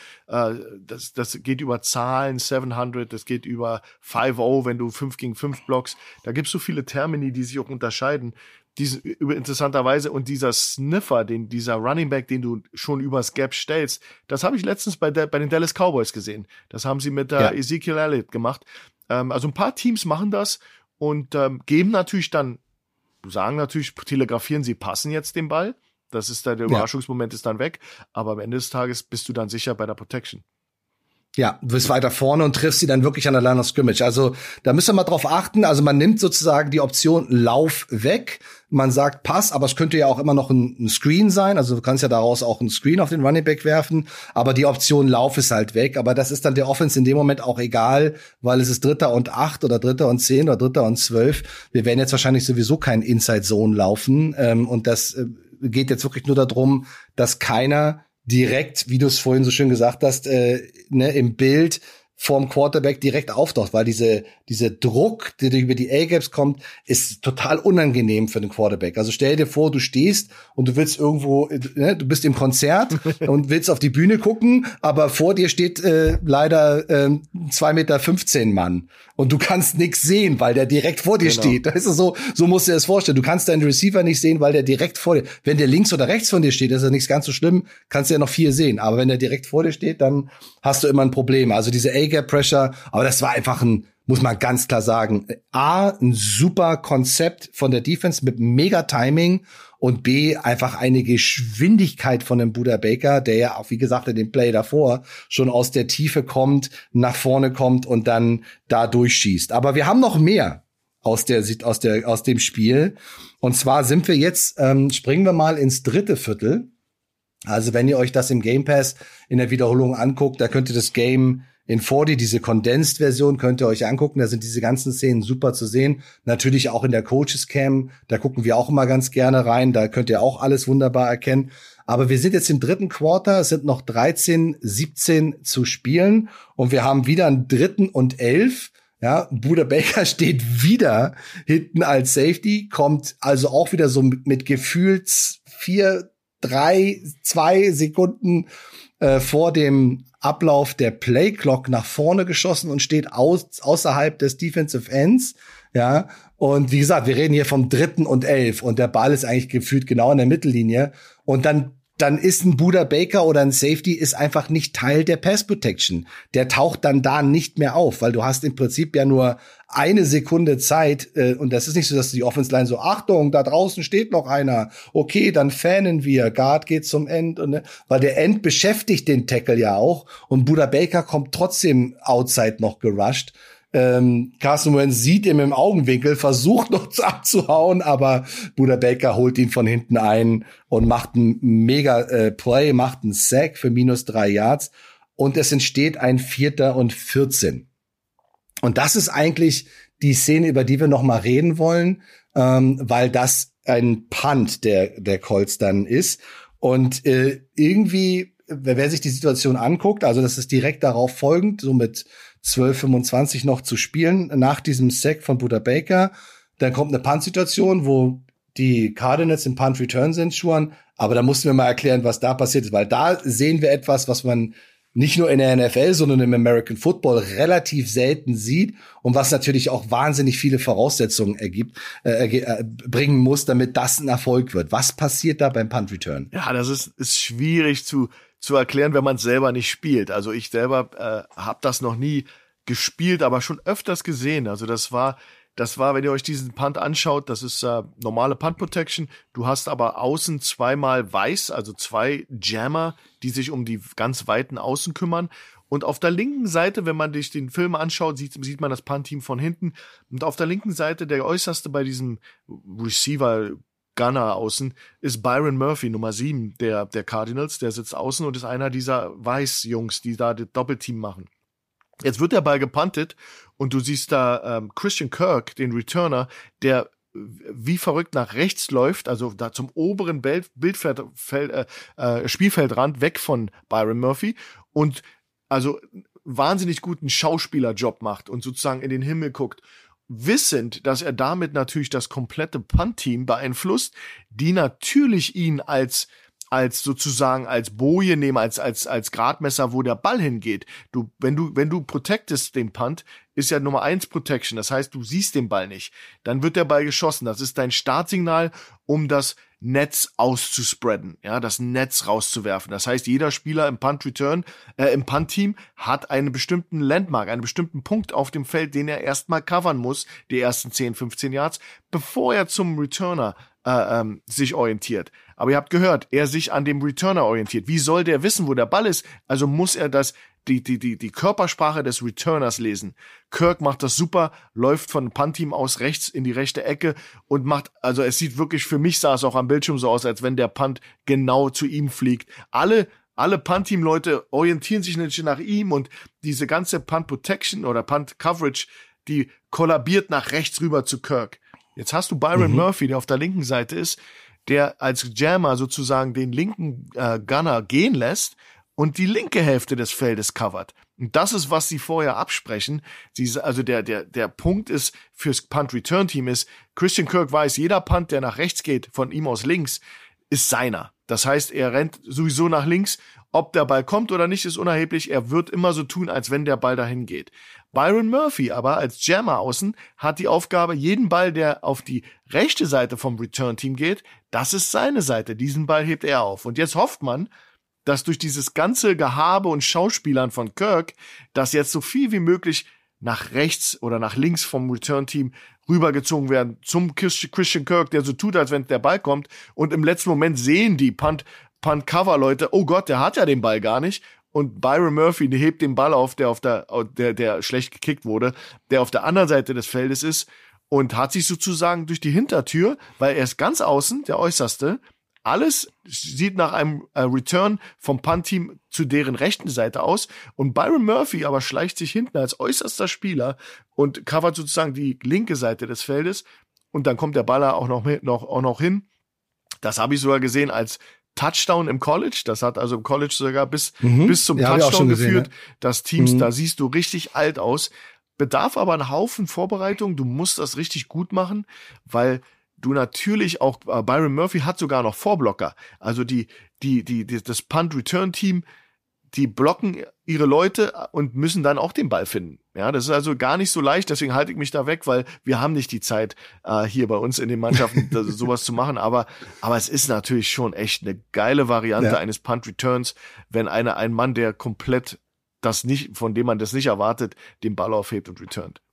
Das, das geht über Zahlen, siebenhundert. Das geht über fünf null, wenn du fünf gegen fünf blockst. Da gibt's so viele Termini, die sich auch unterscheiden. Diese, über, interessanterweise, und dieser Sniffer, den, dieser Running Back, den du schon übers Gap stellst, das habe ich letztens bei, der, bei den Dallas Cowboys gesehen. Das haben sie mit der ja. Ezekiel Elliott gemacht. Ähm, also ein paar Teams machen das und ähm, geben natürlich dann, sagen natürlich, telegrafieren, sie passen jetzt den Ball. Das ist dann, der Überraschungsmoment ist dann weg. Aber am Ende des Tages bist du dann sicher bei der Protection. Ja, du bist weiter vorne und triffst sie dann wirklich an der Line of Scrimmage. Also da müssen wir mal drauf achten. Also man nimmt sozusagen die Option Lauf weg. Man sagt Pass, aber es könnte ja auch immer noch ein, ein Screen sein. Also du kannst ja daraus auch einen Screen auf den Running Back werfen. Aber die Option Lauf ist halt weg. Aber das ist dann der Offense in dem Moment auch egal, weil es ist Dritter und Acht oder Dritter und Zehn oder Dritter und Zwölf. Wir werden jetzt wahrscheinlich sowieso keinen Inside Zone laufen. Ähm, und das äh, geht jetzt wirklich nur darum, dass keiner direkt, wie du es vorhin so schön gesagt hast, äh, ne, im Bild vorm Quarterback direkt auftaucht, weil diese diese Druck, der über die A-Gaps kommt, ist total unangenehm für den Quarterback. Also stell dir vor, du stehst und du willst irgendwo, ne, du bist im Konzert und willst auf die Bühne gucken, aber vor dir steht äh, leider äh, zwei Meter fünfzehn Mann und du kannst nichts sehen, weil der direkt vor dir genau. steht. Das ist so, so musst du dir das vorstellen. Du kannst deinen Receiver nicht sehen, weil der direkt vor dir, wenn der links oder rechts von dir steht, ist ja nichts ganz so schlimm, kannst du ja noch viel sehen. Aber wenn der direkt vor dir steht, dann hast du immer ein Problem. Also diese A-Gap-Pressure, aber das war einfach ein, muss man ganz klar sagen, A, ein super Konzept von der Defense mit mega Timing und B, einfach eine Geschwindigkeit von dem Budda Baker, der ja auch, wie gesagt, in dem Play davor schon aus der Tiefe kommt, nach vorne kommt und dann da durchschießt. Aber wir haben noch mehr aus der, aus der, aus dem Spiel. Und zwar sind wir jetzt, ähm, springen wir mal ins dritte Viertel. Also wenn ihr euch das im Game Pass in der Wiederholung anguckt, da könnt ihr das Game in vier D, diese Condensed-Version könnt ihr euch angucken. Da sind diese ganzen Szenen super zu sehen. Natürlich auch in der Coaches Cam. Da gucken wir auch immer ganz gerne rein. Da könnt ihr auch alles wunderbar erkennen. Aber wir sind jetzt im dritten Quarter. Es sind noch dreizehn, siebzehn zu spielen. Und wir haben wieder einen dritten und elf. Ja, Budda Baker steht wieder hinten als Safety. Kommt also auch wieder so mit, mit gefühlt vier, drei, zwei Sekunden äh, vor dem Ablauf der Playclock nach vorne geschossen und steht aus, außerhalb des Defensive Ends, ja. Und wie gesagt, wir reden hier vom dritten und elf und der Ball ist eigentlich gefühlt genau in der Mittellinie. Und dann dann ist ein Budda Baker oder ein Safety ist einfach nicht Teil der Pass Protection. Der taucht dann da nicht mehr auf, weil du hast im Prinzip ja nur eine Sekunde Zeit äh, und das ist nicht so, dass die Offense Line so, Achtung, da draußen steht noch einer. Okay, dann fannen wir. Guard geht zum End und ne, weil der End beschäftigt den Tackle ja auch und Budda Baker kommt trotzdem outside noch gerusht. Ähm, Carson Wentz sieht ihn im Augenwinkel, versucht noch abzuhauen, aber Budda Baker holt ihn von hinten ein und macht einen mega äh, Play, macht einen Sack für minus drei Yards und es entsteht ein Vierter und vierzehn. Und das ist eigentlich die Szene, über die wir noch mal reden wollen, ähm, weil das ein Punt der der Colts dann ist und äh, irgendwie, wer sich die Situation anguckt, also das ist direkt darauf folgend, so mit zwölf fünfundzwanzig noch zu spielen, nach diesem Sack von Budda Baker. Dann kommt eine Punt-Situation, wo die Cardinals im Punt-Return sind, Schuhan. Aber da mussten wir mal erklären, was da passiert ist, weil da sehen wir etwas, was man nicht nur in der N F L, sondern im American Football relativ selten sieht und was natürlich auch wahnsinnig viele Voraussetzungen ergibt, äh, äh, bringen muss, damit das ein Erfolg wird. Was passiert da beim Punt-Return? Ja, das ist, ist schwierig zu zu erklären, wenn man es selber nicht spielt. Also ich selber äh, habe das noch nie gespielt, aber schon öfters gesehen. Also das war, das war, wenn ihr euch diesen Punt anschaut, das ist äh, normale Punt Protection. Du hast aber außen zweimal weiß, also zwei Jammer, die sich um die ganz weiten Außen kümmern. Und auf der linken Seite, wenn man sich den Film anschaut, sieht, sieht man das Punt-Team von hinten. Und auf der linken Seite, der äußerste bei diesem Receiver Gunner außen, ist Byron Murphy, Nummer sieben der, der Cardinals. Der sitzt außen und ist einer dieser Weiß-Jungs, die da das Doppelteam machen. Jetzt wird der Ball gepuntet und du siehst da ähm, Christian Kirk, den Returner, der wie verrückt nach rechts läuft, also da zum oberen Bild, Bildfeld, Feld, äh, äh, Spielfeldrand, weg von Byron Murphy und also wahnsinnig guten Schauspielerjob macht und sozusagen in den Himmel guckt, wissend, dass er damit natürlich das komplette Punt-Team beeinflusst, die natürlich ihn als als sozusagen als Boje nehmen, als als als Gradmesser, wo der Ball hingeht. Du, wenn du wenn du protectest den Punt, ist ja Nummer eins Protection. Das heißt, du siehst den Ball nicht. Dann wird der Ball geschossen. Das ist dein Startsignal, um das Netz auszuspreaden, ja, das Netz rauszuwerfen. Das heißt, jeder Spieler im Punt Return, äh, im Punt-Team hat einen bestimmten Landmark, einen bestimmten Punkt auf dem Feld, den er erstmal covern muss, die ersten zehn, fünfzehn Yards, bevor er zum Returner äh, ähm, sich orientiert. Aber ihr habt gehört, er sich an dem Returner orientiert. Wie soll der wissen, wo der Ball ist? Also muss er das die die die die Körpersprache des Returners lesen. Kirk macht das super, läuft von Punt-Team aus rechts in die rechte Ecke und macht, also es sieht wirklich, für mich sah es auch am Bildschirm so aus, als wenn der Punt genau zu ihm fliegt. Alle alle Punt-Team-Leute orientieren sich natürlich nach ihm und diese ganze Punt-Protection oder Punt-Coverage, die kollabiert nach rechts rüber zu Kirk. Jetzt hast du Byron mhm. Murphy, der auf der linken Seite ist, der als Jammer sozusagen den linken äh, Gunner gehen lässt und die linke Hälfte des Feldes covert. Und das ist, was sie vorher absprechen. Sie, also der, der, der Punkt ist fürs Punt-Return-Team ist, Christian Kirk weiß, jeder Punt, der nach rechts geht, von ihm aus links, ist seiner. Das heißt, er rennt sowieso nach links. Ob der Ball kommt oder nicht, ist unerheblich. Er wird immer so tun, als wenn der Ball dahin geht. Byron Murphy aber als Jammer außen hat die Aufgabe, jeden Ball, der auf die rechte Seite vom Return-Team geht, das ist seine Seite. Diesen Ball hebt er auf. Und jetzt hofft man, dass durch dieses ganze Gehabe und Schauspielern von Kirk, dass jetzt so viel wie möglich nach rechts oder nach links vom Return-Team rübergezogen werden zum Christian Kirk, der so tut, als wenn der Ball kommt. Und im letzten Moment sehen die Punt, Punt-Cover-Leute, oh Gott, der hat ja den Ball gar nicht. Und Byron Murphy, der hebt den Ball auf, der auf der, der, der schlecht gekickt wurde, der auf der anderen Seite des Feldes ist und hat sich sozusagen durch die Hintertür, weil er ist ganz außen, der Äußerste, Alles sieht nach einem äh, Return vom Punt-Team zu deren rechten Seite aus. Und Byron Murphy aber schleicht sich hinten als äußerster Spieler und covert sozusagen die linke Seite des Feldes. Und dann kommt der Baller auch noch, mit, noch, auch noch hin. Das habe ich sogar gesehen als Touchdown im College. Das hat also im College sogar bis, mhm. bis zum ja, Touchdown geführt. Gesehen, ja. Das Teams, mhm. da siehst du richtig alt aus. Bedarf aber einen Haufen Vorbereitung. Du musst das richtig gut machen, weil du natürlich auch, äh, Byron Murphy hat sogar noch Vorblocker. Also die, die, die, die das Punt-Return-Team, die blocken ihre Leute und müssen dann auch den Ball finden. Ja, das ist also gar nicht so leicht, deswegen halte ich mich da weg, weil wir haben nicht die Zeit, äh, hier bei uns in den Mannschaften sowas zu machen, aber, aber es ist natürlich schon echt eine geile Variante ja. eines Punt-Returns, wenn einer, ein Mann, der komplett das nicht, von dem man das nicht erwartet, den Ball aufhebt und returnt.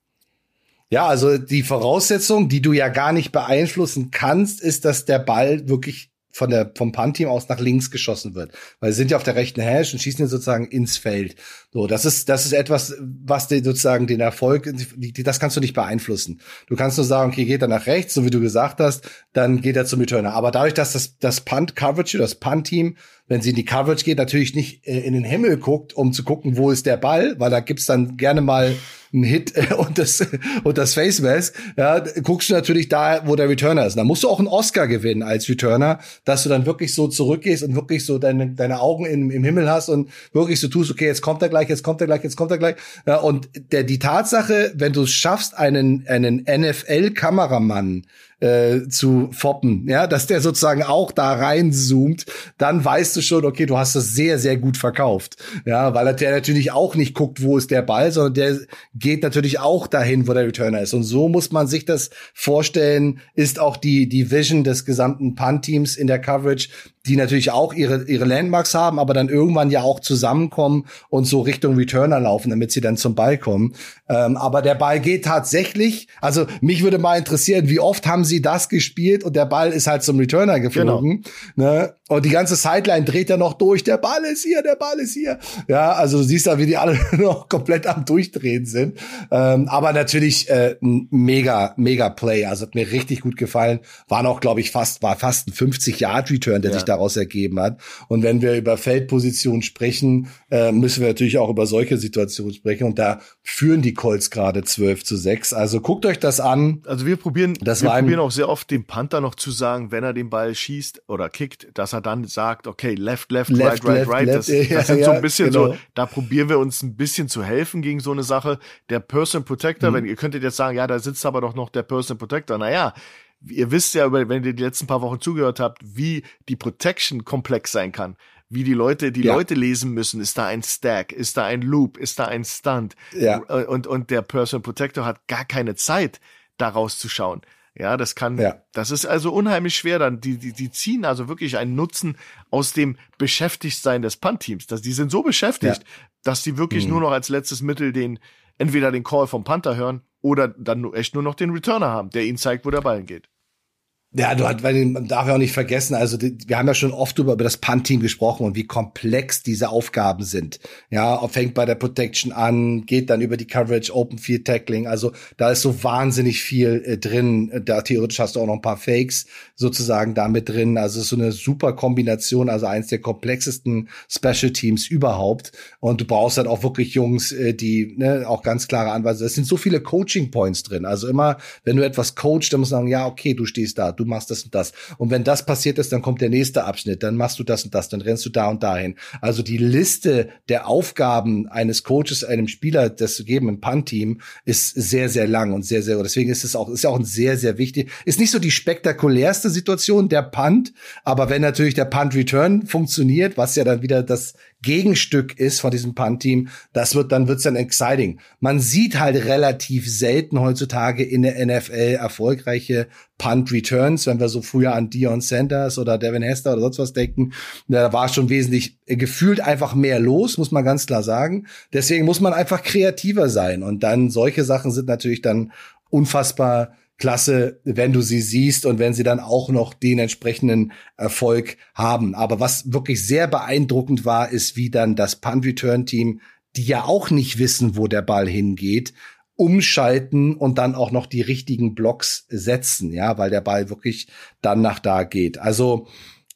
Ja, also die Voraussetzung, die du ja gar nicht beeinflussen kannst, ist, dass der Ball wirklich von der, vom Punt-Team aus nach links geschossen wird. Weil sie sind ja auf der rechten Hash und schießen ihn sozusagen ins Feld. So, das ist, das ist etwas, was dir sozusagen den Erfolg, die, die, das kannst du nicht beeinflussen. Du kannst nur sagen, okay, geht er nach rechts, so wie du gesagt hast, dann geht er zum Returner. Aber dadurch, dass das, das Punt-Coverage, das Punt-Team, wenn sie in die Coverage geht, natürlich nicht äh, in den Himmel guckt, um zu gucken, wo ist der Ball, weil da gibt's dann gerne mal einen Hit äh, und das und das Face Mask. Ja, guckst du natürlich da, wo der Returner ist. Da musst du auch einen Oscar gewinnen als Returner, dass du dann wirklich so zurückgehst und wirklich so deine deine Augen im, im Himmel hast und wirklich so tust, okay, jetzt kommt er gleich, jetzt kommt er gleich, jetzt kommt er gleich. Ja, und der die Tatsache, wenn du es schaffst, einen einen N F L-Kameramann äh, zu foppen, ja, dass der sozusagen auch da reinzoomt, dann weißt du schon, okay, du hast das sehr, sehr gut verkauft. Ja, weil der natürlich auch nicht guckt, wo ist der Ball, sondern der geht natürlich auch dahin, wo der Returner ist. Und so muss man sich das vorstellen, ist auch die, die Vision des gesamten Punt-Teams in der Coverage, die natürlich auch ihre, ihre Landmarks haben, aber dann irgendwann ja auch zusammenkommen und so Richtung Returner laufen, damit sie dann zum Ball kommen. Ähm, aber der Ball geht tatsächlich, also mich würde mal interessieren, wie oft haben sie das gespielt und der Ball ist halt zum Returner geflogen. Genau. Ne? Und die ganze Sideline dreht er noch durch, der Ball ist hier, der Ball ist hier. Ja, also du siehst da, wie die alle noch komplett am Durchdrehen sind. Ähm, aber natürlich äh, ein mega, mega Play. Also hat mir richtig gut gefallen. Waren auch, glaube ich, fast, war fast ein fünfzig-Yard-Return, der ja. sich daraus ergeben hat. Und wenn wir über Feldposition sprechen, äh, müssen wir natürlich auch über solche Situationen sprechen. Und da führen die Colts gerade zwölf zu sechs. Also guckt euch das an. Also wir probieren, das wir probieren auch sehr oft dem Panther noch zu sagen, wenn er den Ball schießt oder kickt, dass er dann sagt, okay, left, left, left right, right, right. Left, das, das ja, sind so ein bisschen genau. so, da probieren wir uns ein bisschen zu helfen gegen so eine Sache. Der Person Protector, mhm. wenn ihr könntet jetzt sagen, ja, da sitzt aber doch noch der Person Protector. Naja, ihr wisst ja, wenn ihr die letzten paar Wochen zugehört habt, wie die Protection komplex sein kann. Wie die Leute, die ja. Leute lesen müssen. Ist da ein Stack? Ist da ein Loop? Ist da ein Stunt? Ja. Und, und der Person Protector hat gar keine Zeit, da rauszuschauen. Ja, das kann, ja. das ist also unheimlich schwer dann. Die, die, die ziehen also wirklich einen Nutzen aus dem Beschäftigtsein des Punt-Teams. Das, die sind so beschäftigt, ja. dass die wirklich mhm. nur noch als letztes Mittel den, entweder den Call vom Panther hören oder dann echt nur noch den Returner haben, der ihnen zeigt, wo der Ball geht. Ja, du hast, weil man darf ja auch nicht vergessen, also die, wir haben ja schon oft über, über das Punt-Team gesprochen und wie komplex diese Aufgaben sind. Ja, fängt bei der Protection an, geht dann über die Coverage, Open Field Tackling, also da ist so wahnsinnig viel äh, drin. Da theoretisch hast du auch noch ein paar Fakes sozusagen da mit drin. Also es ist so eine super Kombination, also eins der komplexesten Special Teams überhaupt. Und du brauchst halt auch wirklich Jungs, äh, die ne, auch ganz klare Anweisungen. Es sind so viele Coaching Points drin. Also immer, wenn du etwas coachst, dann musst du sagen, ja, okay, du stehst da, du machst das und das. Und wenn das passiert ist, dann kommt der nächste Abschnitt, dann machst du das und das, dann rennst du da und dahin. Also die Liste der Aufgaben eines Coaches, einem Spieler, das zu geben im Punt-Team, ist sehr, sehr lang und sehr, sehr, deswegen ist es auch, ist ja auch ein sehr, sehr wichtig. Ist nicht so die spektakulärste Situation, der Punt, aber wenn natürlich der Punt-Return funktioniert, was ja dann wieder das Gegenstück ist von diesem Punt-Team, das wird dann, wird's dann exciting. Man sieht halt relativ selten heutzutage in der N F L erfolgreiche Punt-Returns, wenn wir so früher an Deion Sanders oder Devin Hester oder sonst was denken. Da war schon wesentlich äh, gefühlt einfach mehr los, muss man ganz klar sagen. Deswegen muss man einfach kreativer sein. Und dann solche Sachen sind natürlich dann unfassbar klasse, wenn du sie siehst und wenn sie dann auch noch den entsprechenden Erfolg haben. Aber was wirklich sehr beeindruckend war, ist, wie dann das Punt-Return-Team, die ja auch nicht wissen, wo der Ball hingeht, umschalten und dann auch noch die richtigen Blocks setzen, ja, weil der Ball wirklich dann nach da geht. Also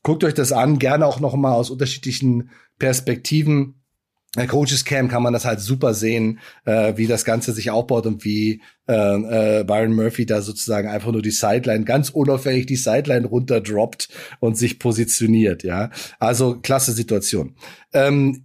guckt euch das an, gerne auch noch mal aus unterschiedlichen Perspektiven. Der Coaches Camp kann man das halt super sehen, äh, wie das Ganze sich aufbaut und wie äh, äh, Byron Murphy da sozusagen einfach nur die Sideline, ganz unauffällig die Sideline runterdroppt und sich positioniert, ja. Also klasse Situation. Ähm,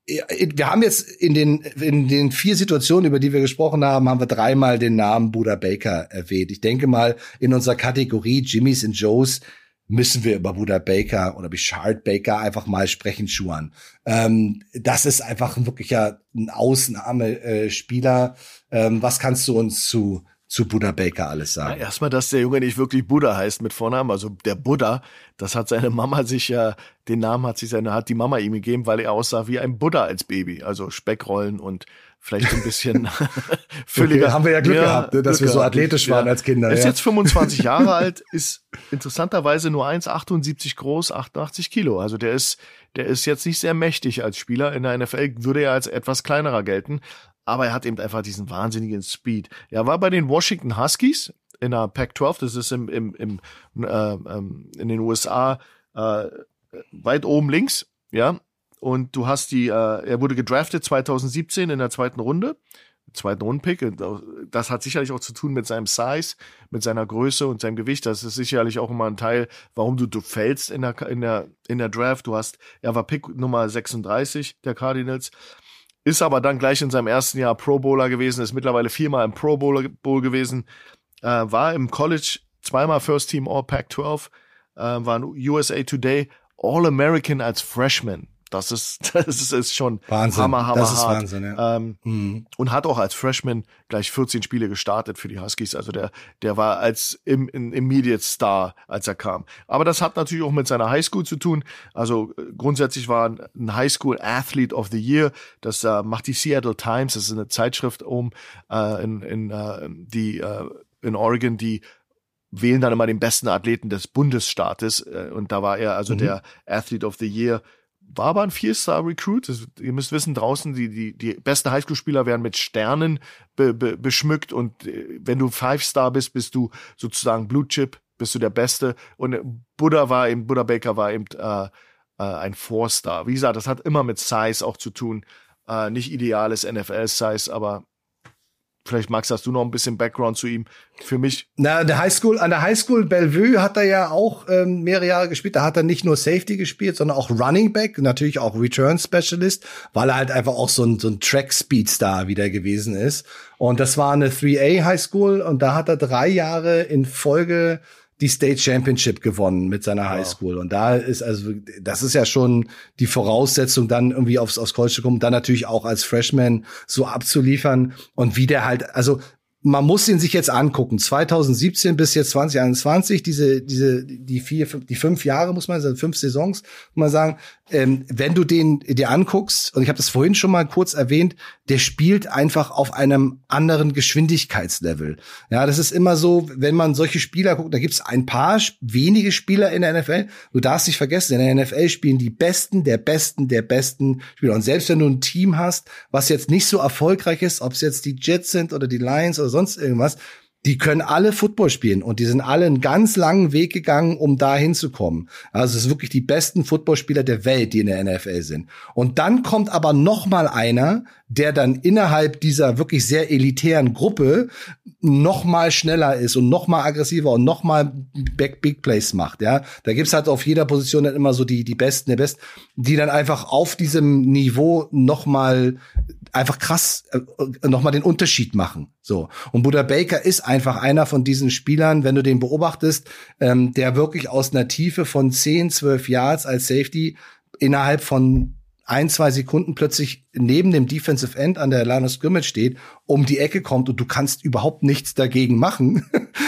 wir haben jetzt in den in den vier Situationen, über die wir gesprochen haben, haben wir dreimal den Namen Buda Baker erwähnt. Ich denke mal, in unserer Kategorie Jimmys and Joes müssen wir über Buda Baker oder Bishard Baker einfach mal sprechen, Schuhan. Ähm, das ist einfach ein wirklicher ein Ausnahmespieler. Ähm, was kannst du uns zu zu Buda Baker alles sagen? Ja, erstmal, dass der Junge nicht wirklich Buddha heißt mit Vornamen, also der Buddha, das hat seine Mama sich ja, den Namen hat sich seine, hat die Mama ihm gegeben, weil er aussah wie ein Buddha als Baby, also Speckrollen und vielleicht ein bisschen fülliger. Okay, haben wir ja Glück ja, gehabt, dass Glück wir so athletisch gehabt. waren ja. als Kinder. Ist ja. jetzt fünfundzwanzig Jahre alt, ist interessanterweise nur eins Komma achtundsiebzig groß, achtundachtzig Kilo. Also der ist, der ist jetzt nicht sehr mächtig als Spieler. In der N F L würde er als etwas kleinerer gelten. Aber er hat eben einfach diesen wahnsinnigen Speed. Er war bei den Washington Huskies in der Pac zwölf, das ist im, im, im, äh, in den U S A äh, weit oben links, ja. Und du hast die, äh, er wurde gedraftet zwanzig siebzehn in der zweiten Runde, zweiten Rundpick. Das hat sicherlich auch zu tun mit seinem Size, mit seiner Größe und seinem Gewicht. Das ist sicherlich auch immer ein Teil, warum du, du fällst in der, in der, in der Draft. Du hast, er war Pick Nummer sechsunddreißig der Cardinals. Ist aber dann gleich in seinem ersten Jahr Pro Bowler gewesen, ist mittlerweile viermal im Pro Bowl, Bowl gewesen, äh, war im College zweimal First Team All Pac zwölf, äh, war ein U S A Today All-American als Freshman. Das ist, das ist, ist schon Wahnsinn. hammer, hammer das ist hart. Wahnsinn, ja. Ähm, mhm. Und hat auch als Freshman gleich vierzehn Spiele gestartet für die Huskies. Also der, der war als im, im Immediate Star, als er kam. Aber das hat natürlich auch mit seiner Highschool zu tun. Also grundsätzlich war ein Highschool Athlete of the Year. Das äh, macht die Seattle Times. Das ist eine Zeitschrift um äh, in, in äh, die äh, in Oregon, die wählen dann immer den besten Athleten des Bundesstaates. Äh, und da war er also mhm. der Athlete of the Year. War aber ein Vier-Star-Recruit. Ihr müsst wissen, draußen, die, die, die besten Highschool-Spieler werden mit Sternen be, be, beschmückt und wenn du Five-Star bist, bist du sozusagen Blue Chip, bist du der Beste. Und Buddha war eben, Buddha Baker war eben äh, äh, ein Four-Star. Wie gesagt, das hat immer mit Size auch zu tun. Äh, nicht ideales N F L-Size, aber vielleicht, Max, hast du noch ein bisschen Background zu ihm? Für mich? Na, an der Highschool, an der Highschool Bellevue hat er ja auch ähm, mehrere Jahre gespielt. Da hat er nicht nur Safety gespielt, sondern auch Running Back, natürlich auch Return Specialist, weil er halt einfach auch so ein, so ein Track Speedstar wieder gewesen ist. Und das war eine drei A Highschool und da hat er drei Jahre in Folge die State Championship gewonnen mit seiner Highschool. Wow. Und da ist also, das ist ja schon die Voraussetzung, dann irgendwie aufs, aufs College zu kommen, dann natürlich auch als Freshman so abzuliefern und wie der halt, also, man muss ihn sich jetzt angucken. zwanzig siebzehn bis jetzt zwanzig einundzwanzig, diese, diese, die vier, die fünf Jahre, muss man sagen, fünf Saisons, muss man sagen, ähm, wenn du den dir anguckst, und ich habe das vorhin schon mal kurz erwähnt, der spielt einfach auf einem anderen Geschwindigkeitslevel. Ja, das ist immer so, wenn man solche Spieler guckt, da gibt's ein paar wenige Spieler in der N F L. Du darfst nicht vergessen, in der N F L spielen die Besten der Besten der besten Spieler. Und selbst wenn du ein Team hast, was jetzt nicht so erfolgreich ist, ob es jetzt die Jets sind oder die Lions oder sonst irgendwas, die können alle Football spielen und die sind alle einen ganz langen Weg gegangen, um da hinzukommen. Also es sind wirklich die besten Footballspieler der Welt, die in der N F L sind. Und dann kommt aber noch mal einer, der dann innerhalb dieser wirklich sehr elitären Gruppe noch mal schneller ist und noch mal aggressiver und noch mal Big, Big Plays macht. Ja, da gibt's halt auf jeder Position dann immer so die die Besten der Besten, die dann einfach auf diesem Niveau noch mal einfach krass äh, noch mal den Unterschied machen. So, und Buda Baker ist einfach einer von diesen Spielern, wenn du den beobachtest, ähm, der wirklich aus einer Tiefe von zehn, zwölf Yards als Safety innerhalb von ein, zwei Sekunden plötzlich neben dem Defensive End an der Line of Scrimmage steht, um die Ecke kommt und du kannst überhaupt nichts dagegen machen.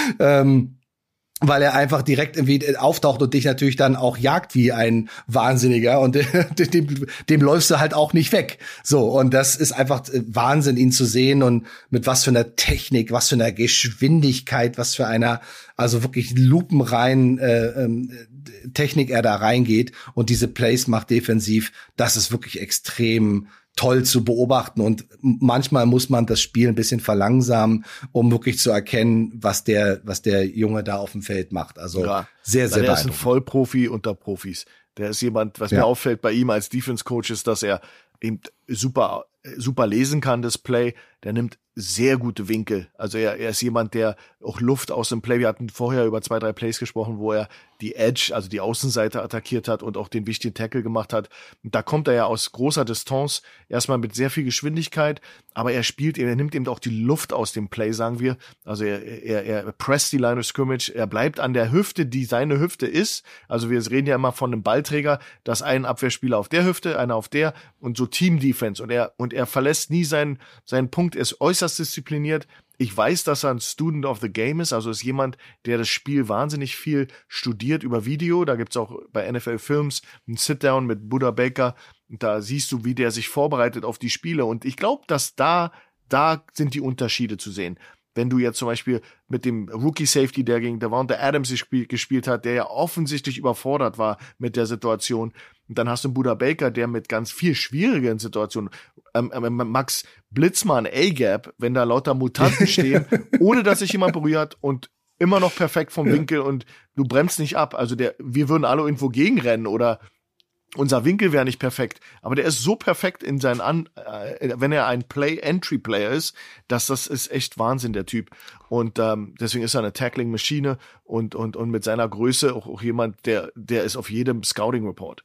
ähm, weil er einfach direkt irgendwie auftaucht und dich natürlich dann auch jagt wie ein Wahnsinniger und dem, dem läufst du halt auch nicht weg. So, und das ist einfach Wahnsinn, ihn zu sehen und mit was für einer Technik, was für einer Geschwindigkeit, was für einer, also wirklich lupenrein äh, ähm, Technik er da reingeht und diese Plays macht defensiv. Das ist wirklich extrem toll zu beobachten. Und manchmal muss man das Spiel ein bisschen verlangsamen, um wirklich zu erkennen, was der, was der Junge da auf dem Feld macht. Also ja, sehr, sehr der ist ein Vollprofi unter Profis. Der ist jemand, was ja. mir auffällt bei ihm als Defense-Coach ist, dass er eben super, super lesen kann, das Play. Der nimmt sehr gute Winkel. Also er, er ist jemand, der auch Luft aus dem Play. Wir hatten vorher über zwei, drei Plays gesprochen, wo er die Edge, also die Außenseite attackiert hat und auch den wichtigen Tackle gemacht hat. Und da kommt er ja aus großer Distanz, erstmal mit sehr viel Geschwindigkeit, aber er spielt, er nimmt eben auch die Luft aus dem Play, sagen wir. Also er, er, er presst die Line of Scrimmage, er bleibt an der Hüfte, die seine Hüfte ist. Also wir reden ja immer von einem Ballträger, dass ein Abwehrspieler auf der Hüfte, einer auf der und so Team-Defense. Und er, und er verlässt nie seinen, seinen Punkt, er ist äußerst diszipliniert. Ich weiß, dass er ein Student of the Game ist, also ist jemand, der das Spiel wahnsinnig viel studiert über Video. Da gibt's auch bei N F L Films einen Sit-Down mit Buda Baker. Da siehst du, wie der sich vorbereitet auf die Spiele. Und ich glaube, dass da, da sind die Unterschiede zu sehen. Wenn du jetzt zum Beispiel mit dem Rookie-Safety, der gegen Devonta Adams gespielt, gespielt hat, der ja offensichtlich überfordert war mit der Situation. Und dann hast du einen Buda Baker, der mit ganz viel schwierigen Situationen, ähm, ähm, Max Blitzmann, A-Gap, wenn da lauter Mutanten stehen, ohne dass sich jemand berührt und immer noch perfekt vom Winkel und du bremst nicht ab. Also der, wir würden alle irgendwo gegenrennen oder unser Winkel wäre nicht perfekt, aber der ist so perfekt in seinen An, äh, wenn er ein Play-Entry-Player ist, dass das ist echt Wahnsinn, der Typ. Und ähm, deswegen ist er eine Tackling-Maschine und und und mit seiner Größe auch, auch jemand, der der ist auf jedem Scouting-Report.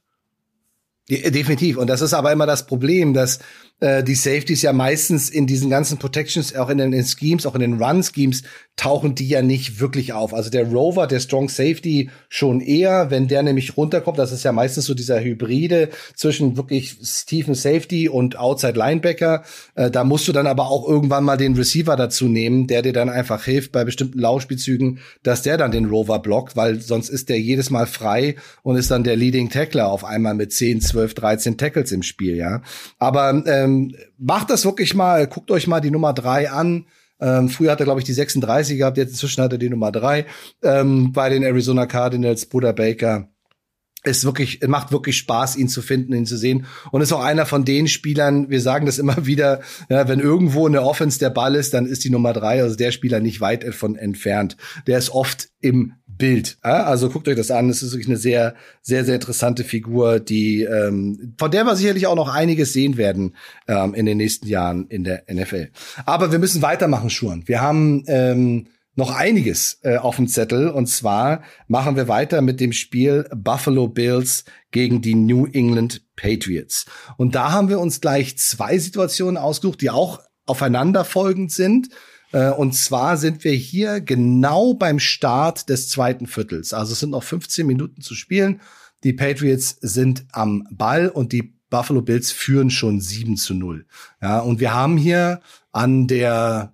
Definitiv. Und das ist aber immer das Problem, dass äh, die Safeties ja meistens in diesen ganzen Protections, auch in den, in Schemes, auch in den Run-Schemes, tauchen die ja nicht wirklich auf. Also der Rover, der Strong Safety schon eher, wenn der nämlich runterkommt, das ist ja meistens so dieser Hybride zwischen wirklich tiefen Safety und Outside Linebacker. Äh, da musst du dann aber auch irgendwann mal den Receiver dazu nehmen, der dir dann einfach hilft bei bestimmten Laufspielzügen, dass der dann den Rover blockt, weil sonst ist der jedes Mal frei und ist dann der Leading Tackler auf einmal mit zehn, zwölf, dreizehn Tackles im Spiel, ja. Aber ähm, macht das wirklich mal, guckt euch mal die Nummer drei an. Ähm, früher hat er, glaube ich, die sechsunddreißig gehabt, jetzt inzwischen hat er die Nummer drei ähm, bei den Arizona Cardinals, Buda Baker. Es wirklich, es macht wirklich Spaß, ihn zu finden, ihn zu sehen. Und ist auch einer von den Spielern, wir sagen das immer wieder, ja, wenn irgendwo in der Offense der Ball ist, dann ist die Nummer drei, also der Spieler nicht weit davon entfernt. Der ist oft im Bild. Ja? Also guckt euch das an. Es ist wirklich eine sehr, sehr, sehr interessante Figur, die ähm, von der wir sicherlich auch noch einiges sehen werden ähm, in den nächsten Jahren in der N F L. Aber wir müssen weitermachen, Schuhen. Wir haben ähm, noch einiges äh, auf dem Zettel. Und zwar machen wir weiter mit dem Spiel Buffalo Bills gegen die New England Patriots. Und da haben wir uns gleich zwei Situationen ausgesucht, die auch aufeinanderfolgend sind. Äh, und zwar sind wir hier genau beim Start des zweiten Viertels. Also es sind noch fünfzehn Minuten zu spielen. Die Patriots sind am Ball und die Buffalo Bills führen schon sieben zu null. Ja, und wir haben hier an der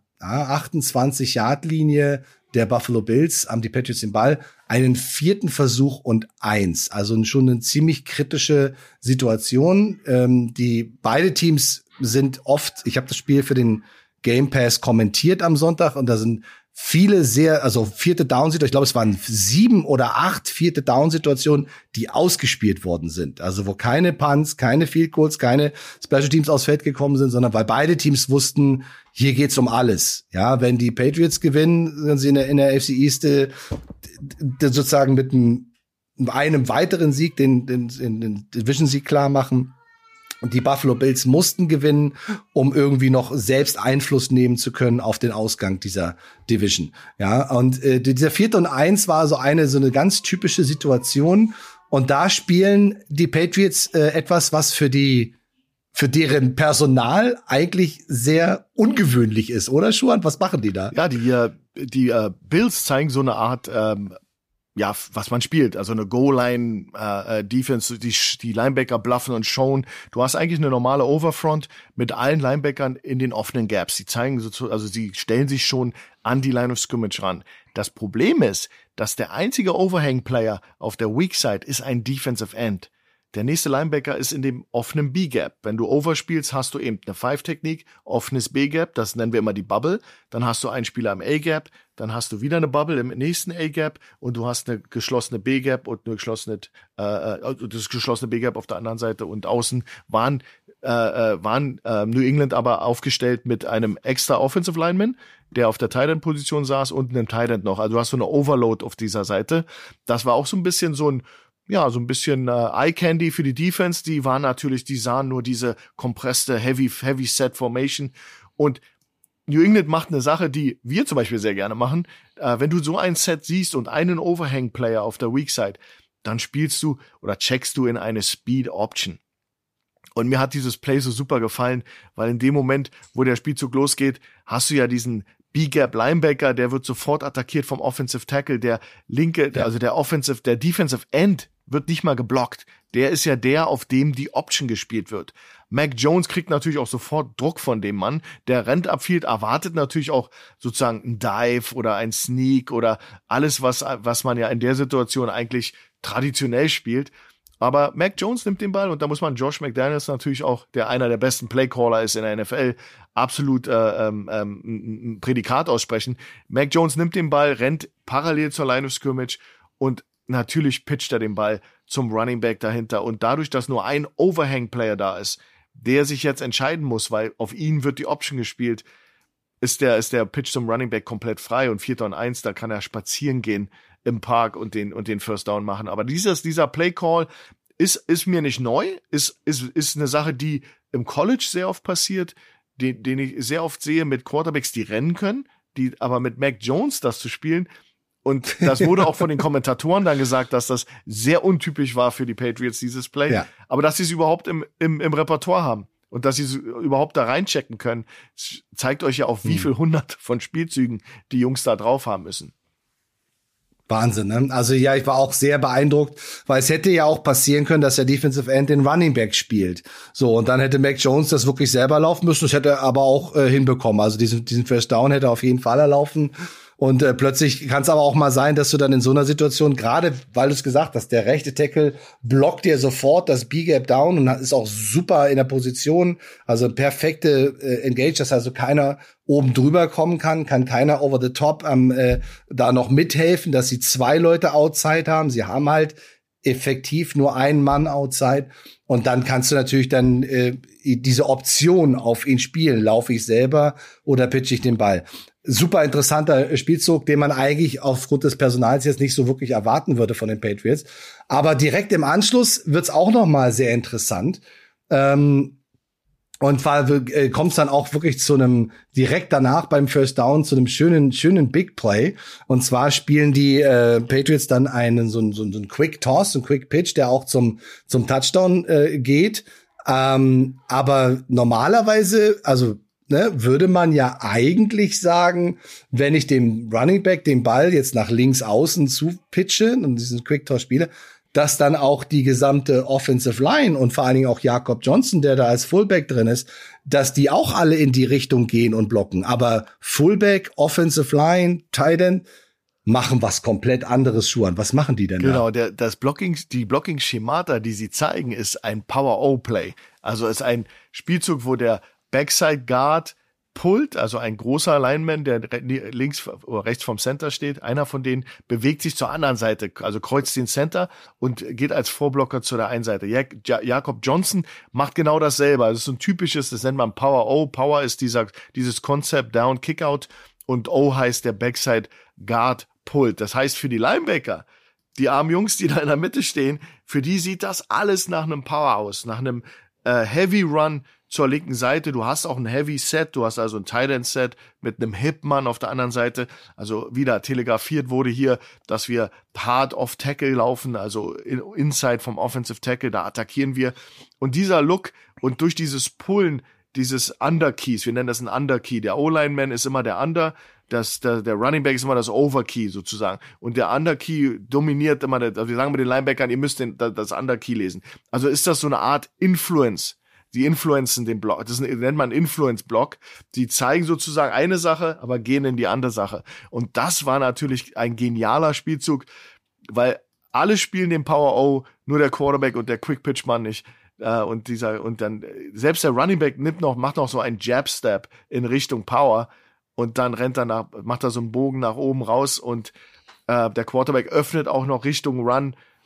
achtundzwanzig-Yard-Linie der Buffalo Bills, haben die Patriots den Ball, einen vierten Versuch und eins. Also schon eine ziemlich kritische Situation. Ähm, die beide Teams sind oft, ich habe das Spiel für den Game Pass kommentiert am Sonntag und da sind viele sehr, also vierte Down-Situationen, ich glaube, es waren sieben oder acht vierte Down-Situationen, die ausgespielt worden sind. Also wo keine Punts, keine Field Goals, keine Special Teams aufs Feld gekommen sind, sondern weil beide Teams wussten, hier geht's um alles. Ja, wenn die Patriots gewinnen, sind sie in der, in der A F C East äh, sozusagen mit einem, einem weiteren Sieg den, den, den Division-Sieg klar machen. Und die Buffalo Bills mussten gewinnen, um irgendwie noch selbst Einfluss nehmen zu können auf den Ausgang dieser Division. Ja, und äh, dieser vierte und eins war so eine so eine ganz typische Situation. Und da spielen die Patriots äh, etwas, was für die für deren Personal eigentlich sehr ungewöhnlich ist, oder Schuhan? Was machen die da? Ja, die äh, die äh, Bills zeigen so eine Art ähm ja, was man spielt, also eine Goal-Line äh, Defense, die die Linebacker bluffen und showen. Du hast eigentlich eine normale Overfront mit allen Linebackern in den offenen Gaps. Sie zeigen so, also sie stellen sich schon an die Line of Scrimmage ran. Das Problem ist, dass der einzige Overhang-Player auf der Weak Side ist ein Defensive End. Der nächste Linebacker ist in dem offenen B-Gap. Wenn du overspielst, hast du eben eine Five-Technik, offenes B-Gap, das nennen wir immer die Bubble. Dann hast du einen Spieler im A-Gap, dann hast du wieder eine Bubble im nächsten A-Gap und du hast eine geschlossene B-Gap und eine geschlossene, äh, das geschlossene B-Gap auf der anderen Seite und außen waren äh, waren äh, New England aber aufgestellt mit einem extra Offensive Lineman, der auf der Tight End Position saß und einem Tight End noch. Also du hast so eine Overload auf dieser Seite. Das war auch so ein bisschen so ein, ja, so ein bisschen äh, Eye Candy für die Defense. Die waren natürlich, die sahen nur diese kompresste Heavy, Heavy Set Formation. Und New England macht eine Sache, die wir zum Beispiel sehr gerne machen. Äh, wenn du so ein Set siehst und einen Overhang-Player auf der Weak Side, dann spielst du oder checkst du in eine Speed Option. Und mir hat dieses Play so super gefallen, weil in dem Moment, wo der Spielzug losgeht, hast du ja diesen B-Gap-Linebacker, der wird sofort attackiert vom Offensive Tackle, der linke, ja. also der Offensive, der Defensive End wird nicht mal geblockt. Der ist ja der, auf dem die Option gespielt wird. Mac Jones kriegt natürlich auch sofort Druck von dem Mann. Der rennt upfield, erwartet natürlich auch sozusagen ein Dive oder ein Sneak oder alles, was, was man ja in der Situation eigentlich traditionell spielt. Aber Mac Jones nimmt den Ball und da muss man Josh McDaniels natürlich auch, der einer der besten Playcaller ist in der N F L, absolut äh, ähm, ein Prädikat aussprechen. Mac Jones nimmt den Ball, rennt parallel zur Line of Scrimmage und natürlich pitcht er den Ball zum Running Back dahinter. Und dadurch, dass nur ein Overhang-Player da ist, der sich jetzt entscheiden muss, weil auf ihn wird die Option gespielt, ist der, ist der Pitch zum Running Back komplett frei und vierter und eins, da kann er spazieren gehen im Park und den, und den First Down machen. Aber dieses, dieser Play Call ist, ist mir nicht neu, ist, ist, ist eine Sache, die im College sehr oft passiert, den, den ich sehr oft sehe mit Quarterbacks, die rennen können, die, aber mit Mac Jones das zu spielen. Und das wurde auch von den Kommentatoren dann gesagt, dass das sehr untypisch war für die Patriots, dieses Play. Ja. Aber dass sie es überhaupt im, im, im Repertoire haben und dass sie es überhaupt da reinchecken können, zeigt euch ja auf, wie viel hundert von Spielzügen die Jungs da drauf haben müssen. Wahnsinn, ne? Also ja, ich war auch sehr beeindruckt, weil es hätte ja auch passieren können, dass der Defensive End den Running Back spielt. So, und dann hätte Mac Jones das wirklich selber laufen müssen, das hätte er aber auch äh, hinbekommen. Also diesen, diesen First Down hätte er auf jeden Fall erlaufen. Und äh, plötzlich kann es aber auch mal sein, dass du dann in so einer Situation, gerade weil du es gesagt hast, der rechte Tackle blockt dir sofort das B-Gap down und ist auch super in der Position, also perfekte äh, Engage, dass also keiner oben drüber kommen kann, kann keiner over the top ähm, äh, da noch mithelfen, dass sie zwei Leute outside haben. Sie haben halt effektiv nur einen Mann outside und dann kannst du natürlich dann äh, diese Option auf ihn spielen. Laufe ich selber oder pitche ich den Ball? Super interessanter Spielzug, den man eigentlich aufgrund des Personals jetzt nicht so wirklich erwarten würde von den Patriots. Aber direkt im Anschluss wird's auch noch mal sehr interessant. Ähm, und äh, kommt's dann auch wirklich zu einem, direkt danach beim First Down, zu einem schönen, schönen Big Play. Und zwar spielen die äh, Patriots dann einen, so einen, so einen Quick Toss, so einen Quick Pitch, der auch zum, zum Touchdown äh, geht. Ähm, aber normalerweise, also Ne, würde man ja eigentlich sagen, wenn ich dem Running Back den Ball jetzt nach links außen zupitche und diesen Quick Toss spiele, dass dann auch die gesamte Offensive Line und vor allen Dingen auch Jakob Johnson, der da als Fullback drin ist, dass die auch alle in die Richtung gehen und blocken. Aber Fullback, Offensive Line, Tight End machen was komplett anderes, Schuhan. Was machen die denn genau, da? Genau, der, das Blocking, die Blocking-Schemata, die sie zeigen, ist ein Power-O-Play. Also ist ein Spielzug, wo der Backside Guard pullt, also ein großer Lineman, der links oder rechts vom Center steht. Einer von denen bewegt sich zur anderen Seite, also kreuzt den Center und geht als Vorblocker zu der einen Seite. Jak- Jakob Johnson macht genau dasselbe. Also das ist so ein typisches, das nennt man Power O. Power ist dieser, dieses Concept Down Kickout und O heißt der Backside Guard pullt. Das heißt für die Linebacker, die armen Jungs, die da in der Mitte stehen, für die sieht das alles nach einem Power aus, nach einem äh, Heavy Run zur linken Seite. Du hast auch ein Heavy Set, du hast also ein Tight End Set mit einem Hip-Mann auf der anderen Seite. Also wieder telegrafiert wurde hier, dass wir hard off Tackle laufen, also in, inside vom Offensive Tackle, da attackieren wir. Und dieser Look und durch dieses Pullen, dieses Underkeys, wir nennen das ein Underkey. Der O-Lineman ist immer der Under, das, der, der Running Back ist immer das Overkey sozusagen. Und der Underkey dominiert immer, also wir sagen mit den Linebackern, ihr müsst den, das Underkey lesen. Also ist das so eine Art Influence. Die influenzen den Block, das nennt man Influence-Block. Die zeigen sozusagen eine Sache, aber gehen in die andere Sache. Und das war natürlich ein genialer Spielzug, weil alle spielen den Power-O, nur der Quarterback und der Quick-Pitch-Mann nicht. Und dieser, und dann, selbst der Running Back nimmt noch, macht noch so einen Jab-Step in Richtung Power und dann rennt er nach, macht er so einen Bogen nach oben raus und äh, der Quarterback öffnet auch noch Richtung Run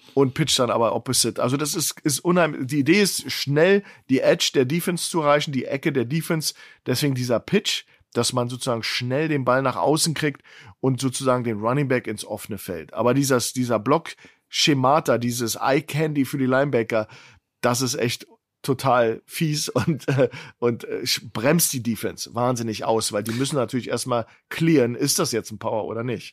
und pitcht dann aber opposite. Also das ist, ist unheimlich. Die Idee ist, schnell die Edge der Defense zu erreichen, die Ecke der Defense. Deswegen dieser Pitch, dass man sozusagen schnell den Ball nach außen kriegt und sozusagen den Running Back ins offene Feld. Aber dieses, dieser Block-Schemata, dieses Eye-Candy für die Linebacker, das ist echt total fies und, äh, und äh, bremst die Defense wahnsinnig aus, weil die müssen natürlich erstmal clearen, ist das jetzt ein Power oder nicht?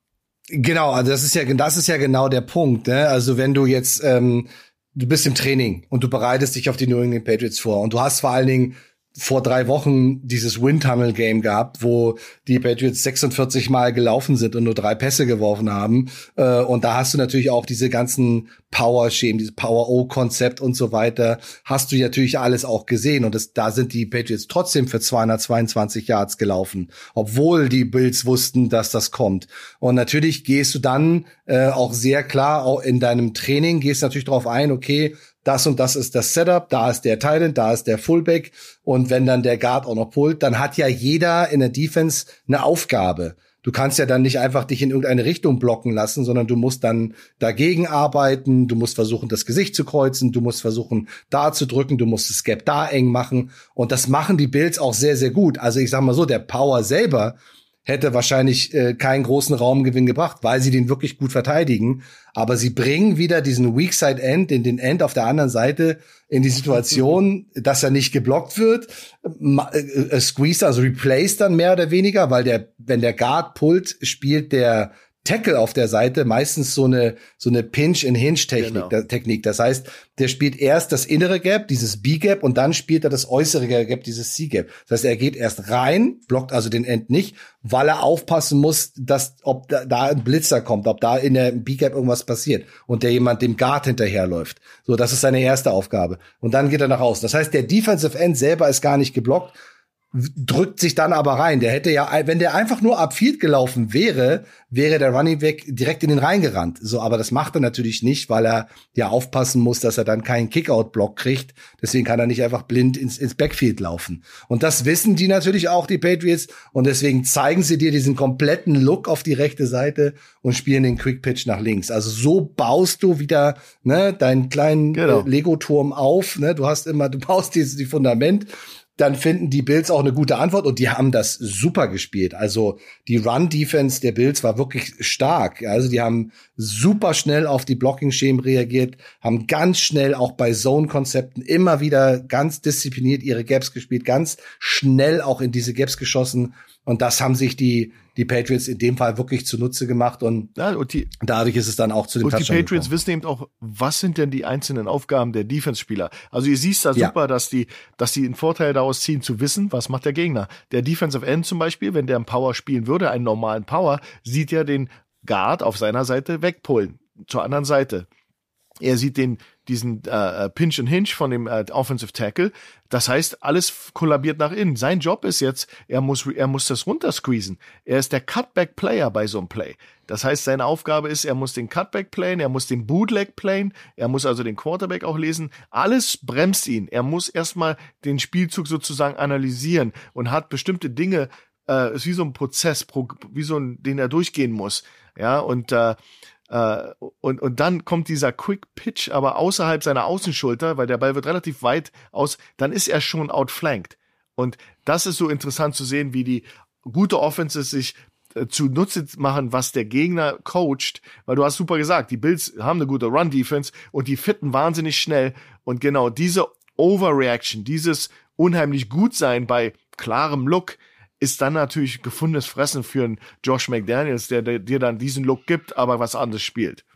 Genau, also das ist ja, das ist ja genau der Punkt, ne? Also wenn du jetzt, ähm, du bist im Training und du bereitest dich auf die New England Patriots vor und du hast vor allen Dingen vor drei Wochen dieses Wind-Tunnel-Game gehabt, wo die Patriots sechsundvierzig Mal gelaufen sind und nur drei Pässe geworfen haben. Äh, und da hast du natürlich auch diese ganzen Power-Schemen, dieses Power-O-Konzept und so weiter, hast du natürlich alles auch gesehen. Und das, da sind die Patriots trotzdem für zweihundertzweiundzwanzig Yards gelaufen, obwohl die Bills wussten, dass das kommt. Und natürlich gehst du dann äh, auch sehr klar, auch in deinem Training, gehst natürlich darauf ein, okay, das und das ist das Setup, da ist der Tight End, da ist der Fullback und wenn dann der Guard auch noch pullt, dann hat ja jeder in der Defense eine Aufgabe. Du kannst ja dann nicht einfach dich in irgendeine Richtung blocken lassen, sondern du musst dann dagegen arbeiten, du musst versuchen, das Gesicht zu kreuzen, du musst versuchen, da zu drücken, du musst das Gap da eng machen und das machen die Bills auch sehr, sehr gut. Also ich sag mal so, der Power selber hätte wahrscheinlich äh, keinen großen Raumgewinn gebracht, weil sie den wirklich gut verteidigen. Aber sie bringen wieder diesen Weak Side End, den, den End auf der anderen Seite in die Situation, dass er nicht geblockt wird, äh, äh, squeeze, also replace dann mehr oder weniger, weil der, wenn der Guard pullt, spielt der Tackle auf der Seite meistens so eine so eine Pinch-and-Hinge-Technik. Genau. Technik. Das heißt, der spielt erst das innere Gap, dieses B-Gap, und dann spielt er das äußere Gap, dieses C-Gap. Das heißt, er geht erst rein, blockt also den End nicht, weil er aufpassen muss, dass ob da, da ein Blitzer kommt, ob da in der B-Gap irgendwas passiert und der jemand dem Guard hinterherläuft. So, das ist seine erste Aufgabe. Und dann geht er nach außen. Das heißt, der Defensive End selber ist gar nicht geblockt, drückt sich dann aber rein. Der hätte ja, wenn der einfach nur upfield gelaufen wäre, wäre der Running Back direkt in den reingerannt. So, aber das macht er natürlich nicht, weil er ja aufpassen muss, dass er dann keinen Kickout-Block kriegt. Deswegen kann er nicht einfach blind ins, ins Backfield laufen. Und das wissen die natürlich auch, die Patriots. Und deswegen zeigen sie dir diesen kompletten Look auf die rechte Seite und spielen den Quick Pitch nach links. Also so baust du wieder, ne, deinen kleinen genau. äh, Lego-Turm auf. Ne, du hast immer, du baust dieses die Fundament. Dann finden die Bills auch eine gute Antwort und die haben das super gespielt. Also die Run-Defense der Bills war wirklich stark. Also die haben super schnell auf die Blocking-Schemen reagiert, haben ganz schnell auch bei Zone-Konzepten immer wieder ganz diszipliniert ihre Gaps gespielt, ganz schnell auch in diese Gaps geschossen. Und das haben sich die die Patriots in dem Fall wirklich zunutze gemacht und, ja, und die, dadurch ist es dann auch zu dem Touchdown gekommen. Und die Patriots gekommen. wissen eben auch, was sind denn die einzelnen Aufgaben der Defense-Spieler. Also ihr siehst da Ja. super, dass die dass die einen Vorteil daraus ziehen, zu wissen, was macht der Gegner. Der Defensive End zum Beispiel, wenn der einen Power spielen würde, einen normalen Power, sieht ja den Guard auf seiner Seite wegpullen, zur anderen Seite. Er sieht den diesen äh, Pinch and Hinge von dem äh, Offensive Tackle. Das heißt, alles kollabiert nach innen. Sein Job ist jetzt, er muss er muss das runtersqueezen. Er ist der Cutback-Player bei so einem Play. Das heißt, seine Aufgabe ist, er muss den Cutback playen, er muss den Bootleg playen, er muss also den Quarterback auch lesen. Alles bremst ihn. Er muss erstmal den Spielzug sozusagen analysieren und hat bestimmte Dinge, äh, ist wie so ein Prozess, wie so ein, den er durchgehen muss. Ja, und äh, Uh, und, und dann kommt dieser Quick Pitch, aber außerhalb seiner Außenschulter, weil der Ball wird relativ weit aus, dann ist er schon outflanked. Und das ist so interessant zu sehen, wie die gute Offenses sich äh, zunutze machen, was der Gegner coacht, weil du hast super gesagt, die Bills haben eine gute Run-Defense und die fitten wahnsinnig schnell. Und genau diese Overreaction, dieses unheimlich gut sein bei klarem Look, ist dann natürlich gefundenes Fressen für einen Josh McDaniels, der dir dann diesen Look gibt, aber was anderes spielt.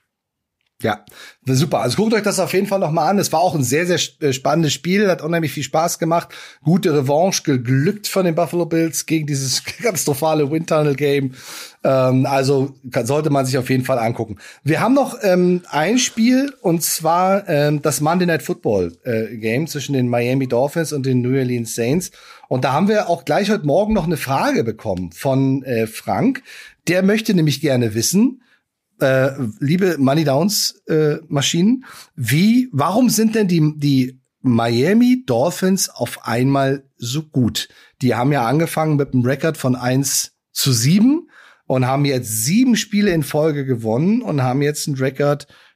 Ja, super. Also guckt euch das auf jeden Fall noch mal an. Es war auch ein sehr, sehr spannendes Spiel, hat unheimlich viel Spaß gemacht. Gute Revanche geglückt von den Buffalo Bills gegen dieses katastrophale Wind-Tunnel-Game. Ähm, also sollte man sich auf jeden Fall angucken. Wir haben noch ähm, ein Spiel, und zwar ähm, das Monday Night Football äh, Game zwischen den Miami Dolphins und den New Orleans Saints. Und da haben wir auch gleich heute Morgen noch eine Frage bekommen von äh, Frank. Der möchte nämlich gerne wissen, Äh, liebe Money Downs äh, Maschinen, wie, warum sind denn die die Miami Dolphins auf einmal so gut? Die haben ja angefangen mit einem Rekord von eins zu sieben und haben jetzt sieben Spiele in Folge gewonnen und haben jetzt einen Rekord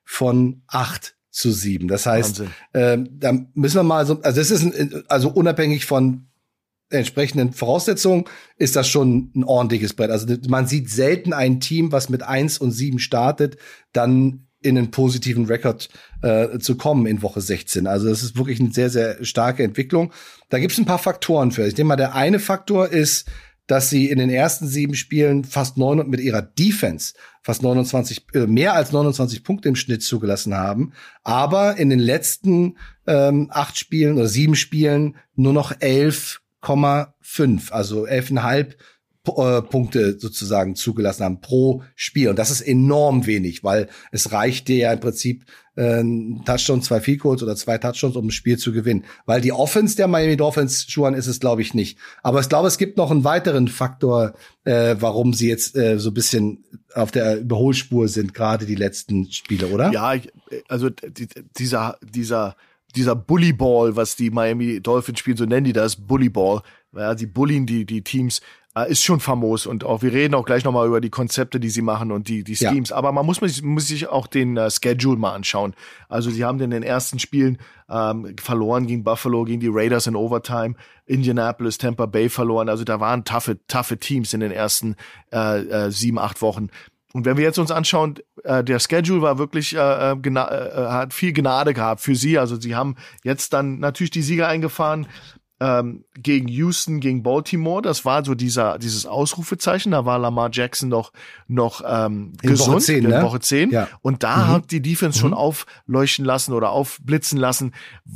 von acht zu sieben. Das heißt, äh, da müssen wir mal so, also das ist ein, also unabhängig von entsprechenden Voraussetzungen ist das schon ein ordentliches Brett. Also man sieht selten ein Team, was mit eins und sieben startet, dann in einen positiven Rekord äh, zu kommen in Woche sechzehn. Also das ist wirklich eine sehr, sehr starke Entwicklung. Da gibt es ein paar Faktoren für. Ich denke mal, der eine Faktor ist, dass sie in den ersten sieben Spielen fast neun mit ihrer Defense fast neunundzwanzig, äh, mehr als neunundzwanzig Punkte im Schnitt zugelassen haben, aber in den letzten ähm, acht Spielen oder sieben Spielen nur noch elf Komma fünf, also elf Komma fünf äh, Punkte sozusagen zugelassen haben pro Spiel. Und das ist enorm wenig, weil es reicht dir ja im Prinzip äh, ein Touchdown, zwei Field Goals oder zwei Touchdowns, um ein Spiel zu gewinnen. Weil die Offense der Miami Dolphins, Schuhan, ist es, glaube ich, nicht. Aber ich glaube, es gibt noch einen weiteren Faktor, äh, warum sie jetzt äh, so ein bisschen auf der Überholspur sind, gerade die letzten Spiele, oder? Ja, also die, dieser, dieser dieser Bullyball, was die Miami Dolphins spielen, so nennen die das, Bullyball, ja, die bullien die, die Teams, äh, ist schon famos und auch, wir reden auch gleich nochmal über die Konzepte, die sie machen und die, die Schemes, ja. Aber man muss, muss sich auch den uh, Schedule mal anschauen. Also sie haben in den ersten Spielen ähm, verloren gegen Buffalo, gegen die Raiders in Overtime, Indianapolis, Tampa Bay verloren, also da waren taffe, taffe Teams in den ersten äh, äh, sieben, acht Wochen. Und wenn wir jetzt uns anschauen, äh, der Schedule war wirklich, äh, gena- äh, hat viel Gnade gehabt für sie. Also sie haben jetzt dann natürlich die Sieger eingefahren ähm, gegen Houston, gegen Baltimore. Das war so dieser dieses Ausrufezeichen. Da war Lamar Jackson noch noch ähm, in gesund Woche zehn, in ne? Woche zehn. Ja. Und da mhm. hat die Defense schon mhm. aufleuchten lassen oder aufblitzen lassen,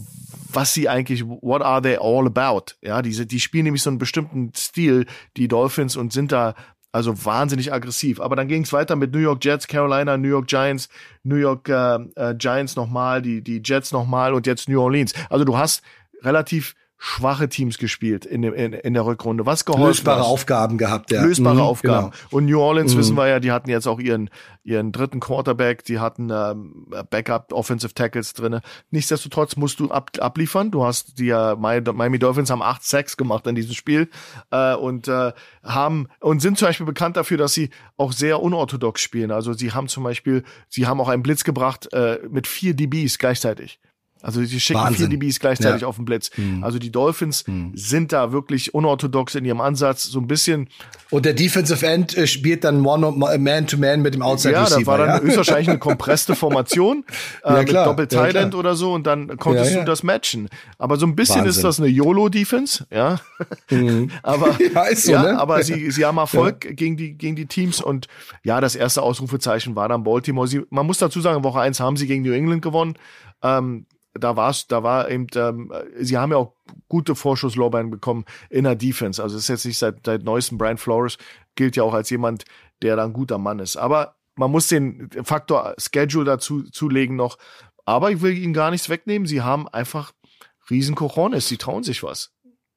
was sie eigentlich, what are they all about? Ja, diese, die spielen nämlich so einen bestimmten Stil, die Dolphins, und sind da also wahnsinnig aggressiv. Aber dann ging es weiter mit New York Jets, Carolina, New York Giants, New York äh, äh, Giants nochmal, die, die Jets nochmal und jetzt New Orleans. Also du hast relativ schwache Teams gespielt in, dem, in, in der Rückrunde. Was geholfen Lösbare hast. Aufgaben gehabt, ja. Lösbare mhm, Aufgaben. Genau. Und New Orleans, mhm. wissen wir ja, die hatten jetzt auch ihren ihren dritten Quarterback, die hatten ähm, Backup Offensive Tackles drinne. Nichtsdestotrotz musst du ab, abliefern. Du hast die äh, Miami Dolphins haben acht Sacks gemacht in diesem Spiel äh, und äh, haben und sind zum Beispiel bekannt dafür, dass sie auch sehr unorthodox spielen. Also sie haben zum Beispiel, sie haben auch einen Blitz gebracht äh, mit vier D Bs gleichzeitig. Also sie schicken Wahnsinn. vier D Bs gleichzeitig ja. auf den Blitz. Mhm. Also die Dolphins mhm. sind da wirklich unorthodox in ihrem Ansatz, so ein bisschen. Und der Defensive End äh, spielt dann One Man-to-Man mit dem Outside ja, Receiver. Ja, da war dann ja? höchstwahrscheinlich eine kompresste Formation äh, ja, mit Doppel-Tight-End ja, oder so und dann konntest ja, ja. du das matchen. Aber so ein bisschen Wahnsinn. ist das eine YOLO-Defense, ja. Mhm. aber ja, ist so, ja, ne? aber sie, sie haben Erfolg ja. gegen die gegen die Teams und ja, das erste Ausrufezeichen war dann Baltimore. Sie, man muss dazu sagen, Woche eins haben sie gegen New England gewonnen. Ähm, Da war's, da war eben, ähm, sie haben ja auch gute Vorschusslorbeeren bekommen in der Defense. Also es ist jetzt nicht seit, seit neuestem. Brian Flores gilt ja auch als jemand, der da ein guter Mann ist. Aber man muss den Faktor Schedule dazu zulegen noch. Aber ich will ihnen gar nichts wegnehmen. Sie haben einfach riesen Cojones. Sie trauen sich was.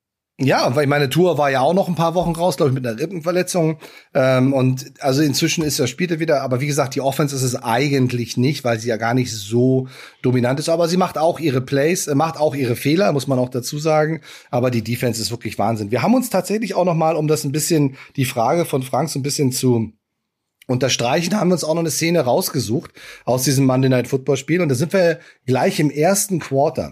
Ja, weil meine Tour war ja auch noch ein paar Wochen raus, glaube ich, mit einer Rippenverletzung. Ähm, und also inzwischen ist das Spiel wieder, aber wie gesagt, die Offense ist es eigentlich nicht, weil sie ja gar nicht so dominant ist. Aber sie macht auch ihre Plays, äh, macht auch ihre Fehler, muss man auch dazu sagen. Aber die Defense ist wirklich Wahnsinn. Wir haben uns tatsächlich auch noch mal, um das ein bisschen, die Frage von Frank so ein bisschen zu unterstreichen, haben wir uns auch noch eine Szene rausgesucht aus diesem Monday Night Football Spiel. Und da sind wir gleich im ersten Quarter.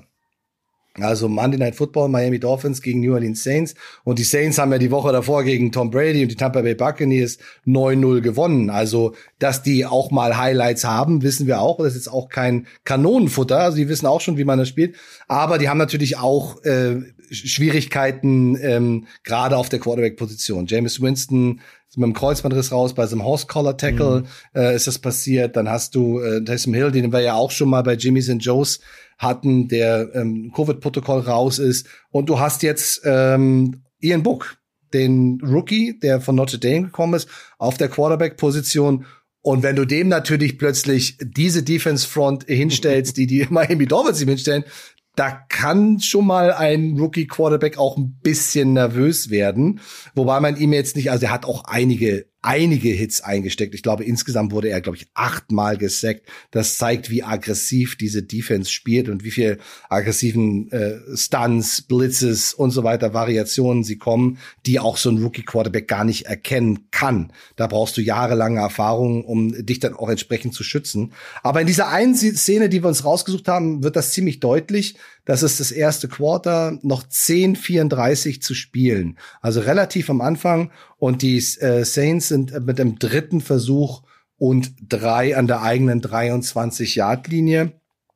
Also Monday Night Football, Miami Dolphins gegen New Orleans Saints. Und die Saints haben ja die Woche davor gegen Tom Brady und die Tampa Bay Buccaneers neun null gewonnen. Also, dass die auch mal Highlights haben, wissen wir auch. Das ist jetzt auch kein Kanonenfutter. Also, die wissen auch schon, wie man das spielt. Aber die haben natürlich auch äh, Schwierigkeiten, ähm, gerade auf der Quarterback-Position. Jameis Winston ist mit dem Kreuzbandriss raus, bei so einem Horse-Collar-Tackle mhm. äh, ist das passiert. Dann hast du äh, Taysom Hill, den wir ja auch schon mal bei Jimmys and Joes hatten, der ähm, Covid-Protokoll raus ist. Und du hast jetzt ähm, Ian Book, den Rookie, der von Notre Dame gekommen ist, auf der Quarterback-Position. Und wenn du dem natürlich plötzlich diese Defense-Front hinstellst, die die Miami Dolphins ihm hinstellen, da kann schon mal ein Rookie-Quarterback auch ein bisschen nervös werden. Wobei man ihm jetzt nicht, also er hat auch einige einige Hits eingesteckt. Ich glaube, insgesamt wurde er, glaube ich, achtmal gesackt. Das zeigt, wie aggressiv diese Defense spielt und wie viel aggressiven äh, Stunts, Blitzes und so weiter, Variationen sie kommen, die auch so ein Rookie-Quarterback gar nicht erkennen kann. Da brauchst du jahrelange Erfahrung, um dich dann auch entsprechend zu schützen. Aber in dieser einen Szene, die wir uns rausgesucht haben, wird das ziemlich deutlich. Das ist das erste Quarter, noch zehn vierunddreißig zu spielen. Also relativ am Anfang. Und die äh, Saints sind mit dem dritten Versuch und drei an der eigenen dreiundzwanzig-Yard-Linie.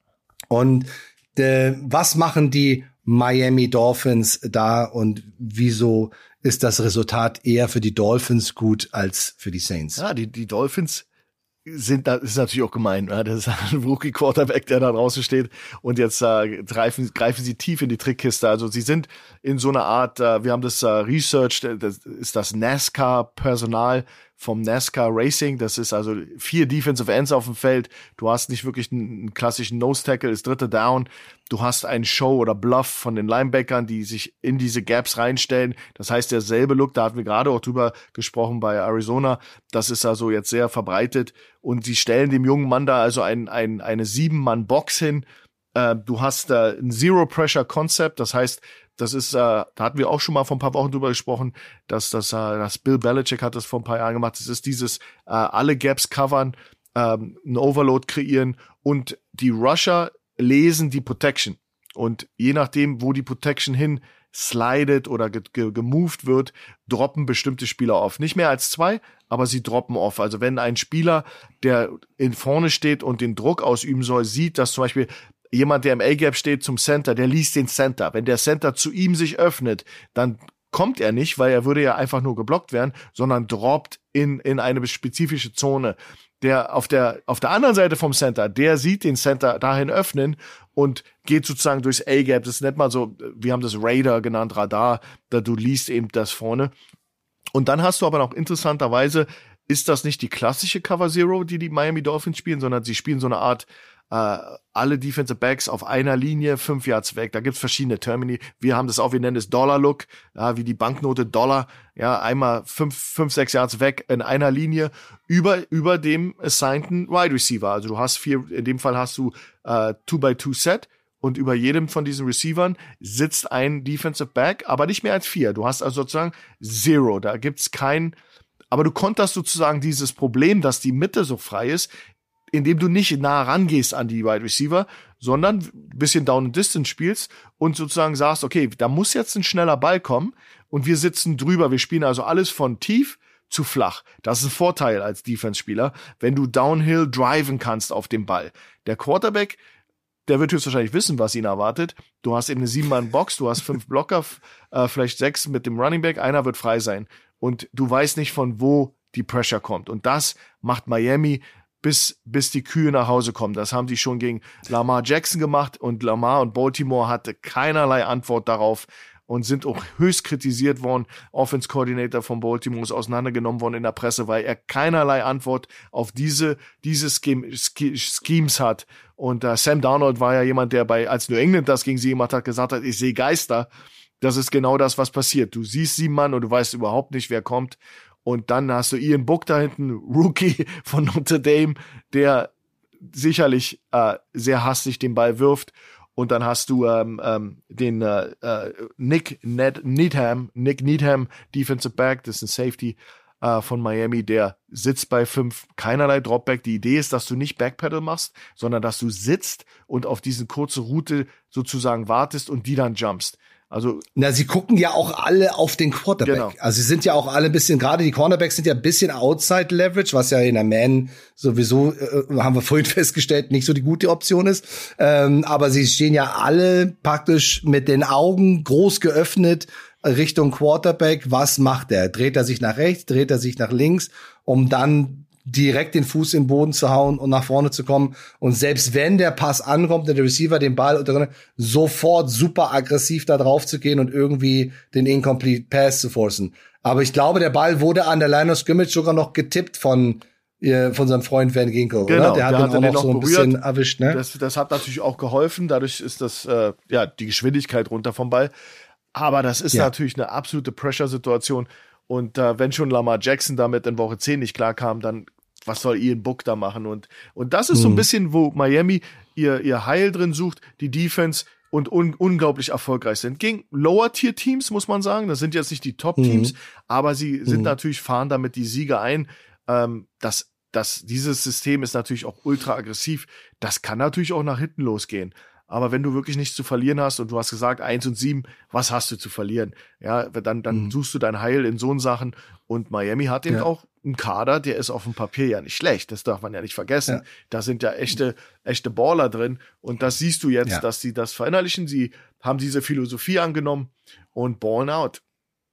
Und äh, was machen die Miami Dolphins da und wieso ist das Resultat eher für die Dolphins gut als für die Saints? Ja, die, die Dolphins sind, das ist natürlich auch gemein, ja? Das ist ein Rookie-Quarterback, der da draußen steht und jetzt äh, greifen, greifen sie tief in die Trickkiste. Also sie sind in so einer Art, äh, wir haben das äh, researched, das ist das NASCAR-Personal vom NASCAR Racing. Das ist also vier Defensive Ends auf dem Feld. Du hast nicht wirklich einen, einen klassischen Nose-Tackle, ist dritte Down. Du hast einen Show oder Bluff von den Linebackern, die sich in diese Gaps reinstellen. Das heißt, derselbe Look, da hatten wir gerade auch drüber gesprochen bei Arizona. Das ist also jetzt sehr verbreitet. Und sie stellen dem jungen Mann da also ein, ein, eine sieben-Mann-Box hin. Äh, du hast äh, ein Zero-Pressure-Concept. Das heißt, das ist, äh, da hatten wir auch schon mal vor ein paar Wochen drüber gesprochen, dass das, äh, das Bill Belichick hat das vor ein paar Jahren gemacht. Das ist dieses äh, alle Gaps covern, ähm, ein Overload kreieren und die Rusher lesen die Protection. Und je nachdem, wo die Protection hin slidet oder ge- ge- gemoved wird, droppen bestimmte Spieler off. Nicht mehr als zwei, aber sie droppen off. Also wenn ein Spieler, der in vorne steht und den Druck ausüben soll, sieht, dass zum Beispiel jemand, der im A-Gap steht, zum Center, der liest den Center. Wenn der Center zu ihm sich öffnet, dann kommt er nicht, weil er würde ja einfach nur geblockt werden, sondern droppt in, in eine spezifische Zone. Der auf der, auf der anderen Seite vom Center, der sieht den Center dahin öffnen und geht sozusagen durchs A-Gap. Das nennt man so, wir haben das Radar genannt, Radar, da du liest eben das vorne. Und dann hast du aber noch interessanterweise, ist das nicht die klassische Cover Zero, die die Miami Dolphins spielen, sondern sie spielen so eine Art Uh, alle Defensive Backs auf einer Linie, fünf Yards weg. Da gibt's verschiedene Termini. Wir haben das auch, wir nennen es Dollar-Look, ja, wie die Banknote Dollar. Ja, einmal fünf, fünf, sechs Yards weg in einer Linie über über dem assignten Wide Receiver. Also du hast vier, in dem Fall hast du uh, two by two Set und über jedem von diesen Receivern sitzt ein Defensive Back, aber nicht mehr als vier. Du hast also sozusagen Zero. Da gibt's kein, aber du konterst sozusagen dieses Problem, dass die Mitte so frei ist, indem du nicht nah rangehst an die Wide Receiver, sondern ein bisschen Down and Distance spielst und sozusagen sagst, okay, da muss jetzt ein schneller Ball kommen und wir sitzen drüber. Wir spielen also alles von tief zu flach. Das ist ein Vorteil als Defense-Spieler, wenn du downhill driven kannst auf dem Ball. Der Quarterback, der wird höchstwahrscheinlich wissen, was ihn erwartet. Du hast eben eine sieben-Mann-Box, du hast fünf Blocker, äh, vielleicht sechs mit dem Running Back, einer wird frei sein. Und du weißt nicht, von wo die Pressure kommt. Und das macht Miami bis bis die Kühe nach Hause kommen. Das haben die schon gegen Lamar Jackson gemacht und Lamar und Baltimore hatte keinerlei Antwort darauf und sind auch höchst kritisiert worden. Offense Coordinator von Baltimore ist auseinandergenommen worden in der Presse, weil er keinerlei Antwort auf diese diese Scheme, Schemes hat. Und uh, Sam Darnold war ja jemand, der bei als New England das gegen sie gemacht hat, gesagt hat, ich sehe Geister. Das ist genau das, was passiert. Du siehst sieben Mann und du weißt überhaupt nicht, wer kommt. Und dann hast du Ian Book da hinten, Rookie von Notre Dame, der sicherlich äh, sehr hastig den Ball wirft. Und dann hast du ähm, ähm, den äh, äh, Nick Ned Needham, Nick Needham, Defensive Back, das ist ein Safety äh, von Miami, der sitzt bei fünf, keinerlei Dropback. Die Idee ist, dass du nicht Backpedal machst, sondern dass du sitzt und auf diese kurze Route sozusagen wartest und die dann jumpst. Also, na, sie gucken ja auch alle auf den Quarterback. Genau. Also sie sind ja auch alle ein bisschen, gerade die Cornerbacks sind ja ein bisschen Outside Leverage, was ja in der Man sowieso, äh, haben wir vorhin festgestellt, nicht so die gute Option ist. Ähm, aber sie stehen ja alle praktisch mit den Augen groß geöffnet Richtung Quarterback. Was macht er? Dreht er sich nach rechts? Dreht er sich nach links? Um dann direkt den Fuß in den Boden zu hauen und nach vorne zu kommen. Und selbst wenn der Pass ankommt und der Receiver den Ball unter, sofort super aggressiv da drauf zu gehen und irgendwie den Incomplete Pass zu forcen. Aber ich glaube, der Ball wurde an der Line of Scrimmage sogar noch getippt von äh, von seinem Freund Van Ginkel, genau, oder? Der hat der ihn hatte auch den noch so ein berührt. bisschen erwischt, ne? Das, das hat natürlich auch geholfen. Dadurch ist das, äh, ja, die Geschwindigkeit runter vom Ball. Aber das ist ja. natürlich eine absolute Pressure-Situation. Und äh, wenn schon Lamar Jackson damit in Woche zehn nicht klarkam, dann was soll Ian Book da machen? Und, und das ist mhm. so ein bisschen, wo Miami ihr, ihr Heil drin sucht, die Defense und un- unglaublich erfolgreich sind. Gegen Lower-Tier-Teams, muss man sagen. Das sind jetzt nicht die Top-Teams, mhm. aber sie sind mhm. natürlich, fahren damit die Siege ein. Ähm, das, das, dieses System ist natürlich auch ultra aggressiv. Das kann natürlich auch nach hinten losgehen. Aber wenn du wirklich nichts zu verlieren hast und du hast gesagt, eins und sieben, was hast du zu verlieren? Ja, dann, dann mhm. suchst du dein Heil in so Sachen. Und Miami hat eben ja. auch einen Kader, der ist auf dem Papier ja nicht schlecht. Das darf man ja nicht vergessen. Ja. Da sind ja echte, echte Baller drin. Und das siehst du jetzt, ja. dass sie das verinnerlichen. Sie haben diese Philosophie angenommen und ballen out.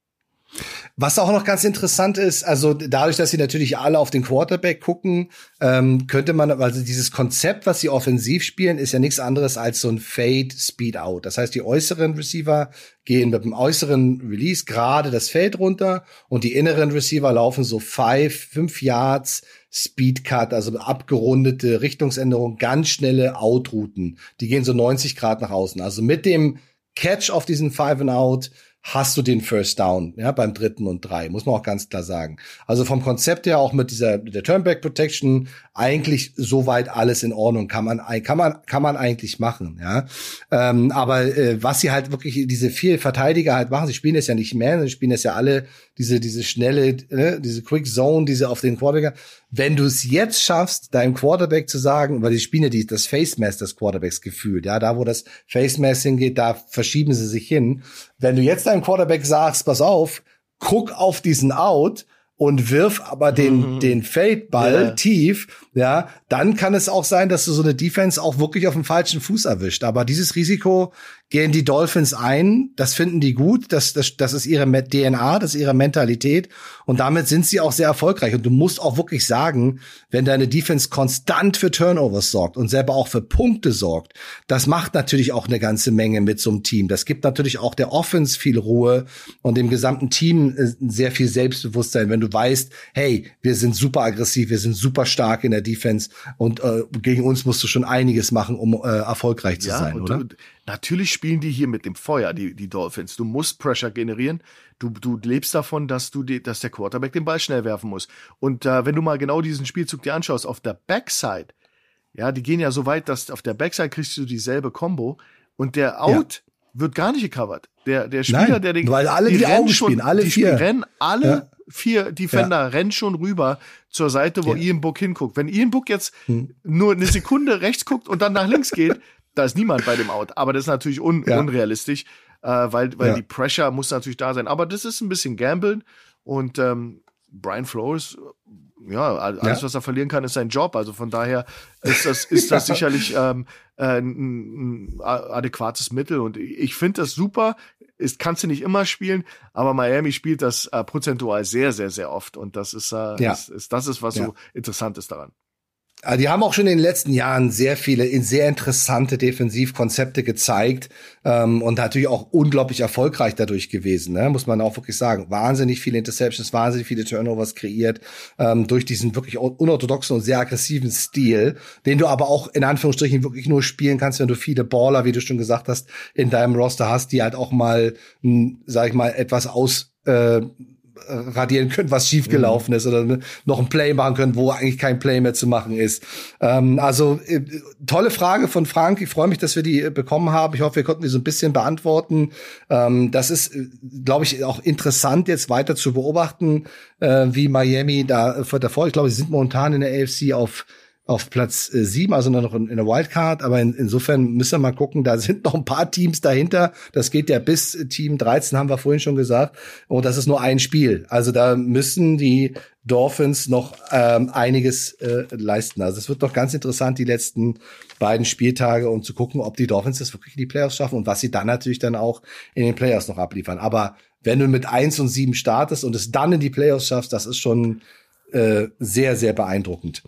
Was auch noch ganz interessant ist, also dadurch, dass sie natürlich alle auf den Quarterback gucken, ähm, könnte man, also dieses Konzept, was sie offensiv spielen, ist ja nichts anderes als so ein Fade Speed Out. Das heißt, die äußeren Receiver gehen mit dem äußeren Release gerade das Feld runter und die inneren Receiver laufen so five, fünf Yards Speed Cut, also abgerundete Richtungsänderung, ganz schnelle Outrouten. Die gehen so neunzig Grad nach außen. Also mit dem Catch auf diesen Five and Out hast du den First Down, ja, beim dritten und drei, muss man auch ganz klar sagen. Also vom Konzept her auch mit dieser, mit der Turnback Protection eigentlich soweit alles in Ordnung, kann man, kann man, kann man eigentlich machen, ja. Ähm, aber, äh, was sie halt wirklich, diese vier Verteidiger halt machen, sie spielen das ja nicht mehr, sie spielen das ja alle, diese, diese schnelle, äh, diese Quick Zone, diese auf den Quarterback. Wenn du es jetzt schaffst, deinem Quarterback zu sagen, weil die spielen ja die, das Face Mask des Quarterbacks gefühlt, ja, da wo das Face Mask hingeht, da verschieben sie sich hin. Wenn du jetzt deinem Quarterback sagst, pass auf, guck auf diesen Out und wirf aber den, mhm. den Fade-Ball yeah. tief, ja, dann kann es auch sein, dass du so eine Defense auch wirklich auf dem falschen Fuß erwischt. Aber dieses Risiko gehen die Dolphins ein, das finden die gut, das, das, das ist ihre D N A, das ist ihre Mentalität und damit sind sie auch sehr erfolgreich. Und du musst auch wirklich sagen, wenn deine Defense konstant für Turnovers sorgt und selber auch für Punkte sorgt, das macht natürlich auch eine ganze Menge mit so einem Team. Das gibt natürlich auch der Offense viel Ruhe und dem gesamten Team sehr viel Selbstbewusstsein, wenn du weißt, hey, wir sind super aggressiv, wir sind super stark in der Defense und äh, gegen uns musst du schon einiges machen, um äh, erfolgreich zu ja, sein, oder? Du, natürlich spielen die hier mit dem Feuer, die, die Dolphins. Du musst Pressure generieren. Du, du lebst davon, dass du die, dass der Quarterback den Ball schnell werfen muss. Und äh, wenn du mal genau diesen Spielzug dir anschaust, auf der Backside, ja, die gehen ja so weit, dass auf der Backside kriegst du dieselbe Combo und der Out ja. wird gar nicht gecovert. Der, der Spieler, Nein, der den, weil alle die, die Augen schon, spielen, alle die vier. Spiel, rennen alle ja. vier Defender, ja. rennen schon rüber zur Seite, wo ja. Ian Book hinguckt. Wenn Ian Book jetzt hm. nur eine Sekunde rechts guckt und dann nach links geht, da ist niemand bei dem Out. Aber das ist natürlich un- ja. unrealistisch, äh, weil, weil ja. die Pressure muss natürlich da sein. Aber das ist ein bisschen Gamblen. Und ähm, Brian Flores, ja, alles, ja. was er verlieren kann, ist sein Job. Also von daher ist das, ist das ja. sicherlich ähm, äh, ein, ein adäquates Mittel. Und ich finde das super. Ist, kannst du nicht immer spielen, aber Miami spielt das äh, prozentual sehr, sehr, sehr oft. Und das ist, äh, ja. ist, ist das ist, was ja. so interessant ist daran. Also die haben auch schon in den letzten Jahren sehr viele, sehr interessante Defensivkonzepte gezeigt ähm, und natürlich auch unglaublich erfolgreich dadurch gewesen, ne? Muss man auch wirklich sagen. Wahnsinnig viele Interceptions, wahnsinnig viele Turnovers kreiert ähm, durch diesen wirklich unorthodoxen und sehr aggressiven Stil, den du aber auch in Anführungsstrichen wirklich nur spielen kannst, wenn du viele Baller, wie du schon gesagt hast, in deinem Roster hast, die halt auch mal, mh, sag ich mal, etwas aus äh, radieren können, was schiefgelaufen mhm. ist oder noch ein Play machen können, wo eigentlich kein Play mehr zu machen ist. Ähm, also äh, tolle Frage von Frank. Ich freue mich, dass wir die äh, bekommen haben. Ich hoffe, wir konnten die so ein bisschen beantworten. Ähm, das ist, äh, glaube ich, auch interessant, jetzt weiter zu beobachten, äh, wie Miami da äh, davor. Ich glaube, sie sind momentan in der A F C auf auf Platz äh, sieben, also noch in, in der Wildcard, aber in, insofern müssen wir mal gucken, da sind noch ein paar Teams dahinter, das geht ja bis Team dreizehn, haben wir vorhin schon gesagt, und das ist nur ein Spiel, also da müssen die Dolphins noch ähm, einiges äh, leisten, also es wird doch ganz interessant, die letzten beiden Spieltage, um zu gucken, ob die Dolphins das wirklich in die Playoffs schaffen und was sie dann natürlich dann auch in den Playoffs noch abliefern, aber wenn du mit eins und sieben startest und es dann in die Playoffs schaffst, das ist schon äh, sehr, sehr beeindruckend.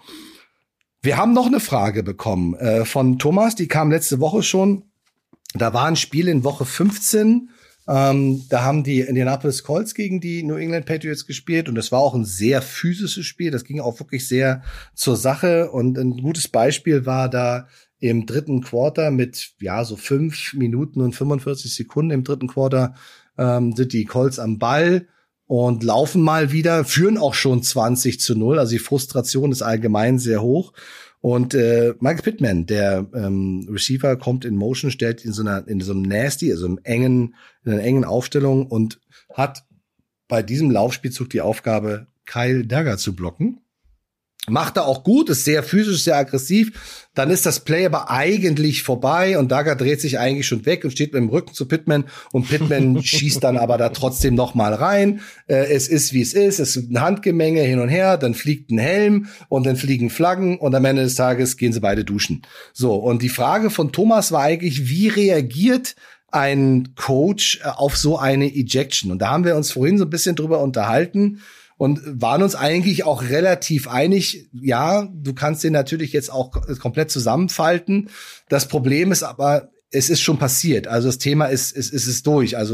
Wir haben noch eine Frage bekommen äh, von Thomas, die kam letzte Woche schon. Da war ein Spiel in Woche fünfzehn. Ähm, da haben die Indianapolis Colts gegen die New England Patriots gespielt und es war auch ein sehr physisches Spiel. Das ging auch wirklich sehr zur Sache und ein gutes Beispiel war da im dritten Quarter mit ja so fünf Minuten und fünfundvierzig Sekunden im dritten Quarter ähm, sind die Colts am Ball. und laufen mal wieder, führen auch schon zwanzig zu null. Also die Frustration ist allgemein sehr hoch. Und äh, Michael Pittman, der ähm, Receiver, kommt in Motion, stellt in so einer in so einem Nasty, also einem engen, in einer engen Aufstellung und hat bei diesem Laufspielzug die Aufgabe, Kyle Dugger zu blocken. Macht er auch gut, ist sehr physisch, sehr aggressiv. Dann ist das Play aber eigentlich vorbei und Dugger dreht sich eigentlich schon weg und steht mit dem Rücken zu Pittman und Pittman schießt dann aber da trotzdem noch mal rein. Äh, es ist, wie es ist. Es ist ein Handgemenge hin und her. Dann fliegt ein Helm und dann fliegen Flaggen und am Ende des Tages gehen sie beide duschen. So, und die Frage von Thomas war eigentlich, wie reagiert ein Coach auf so eine Ejection? Und da haben wir uns vorhin so ein bisschen drüber unterhalten und waren uns eigentlich auch relativ einig, ja, du kannst den natürlich jetzt auch komplett zusammenfalten. Das Problem ist aber, es ist schon passiert. Also das Thema ist, ist, ist es durch. Also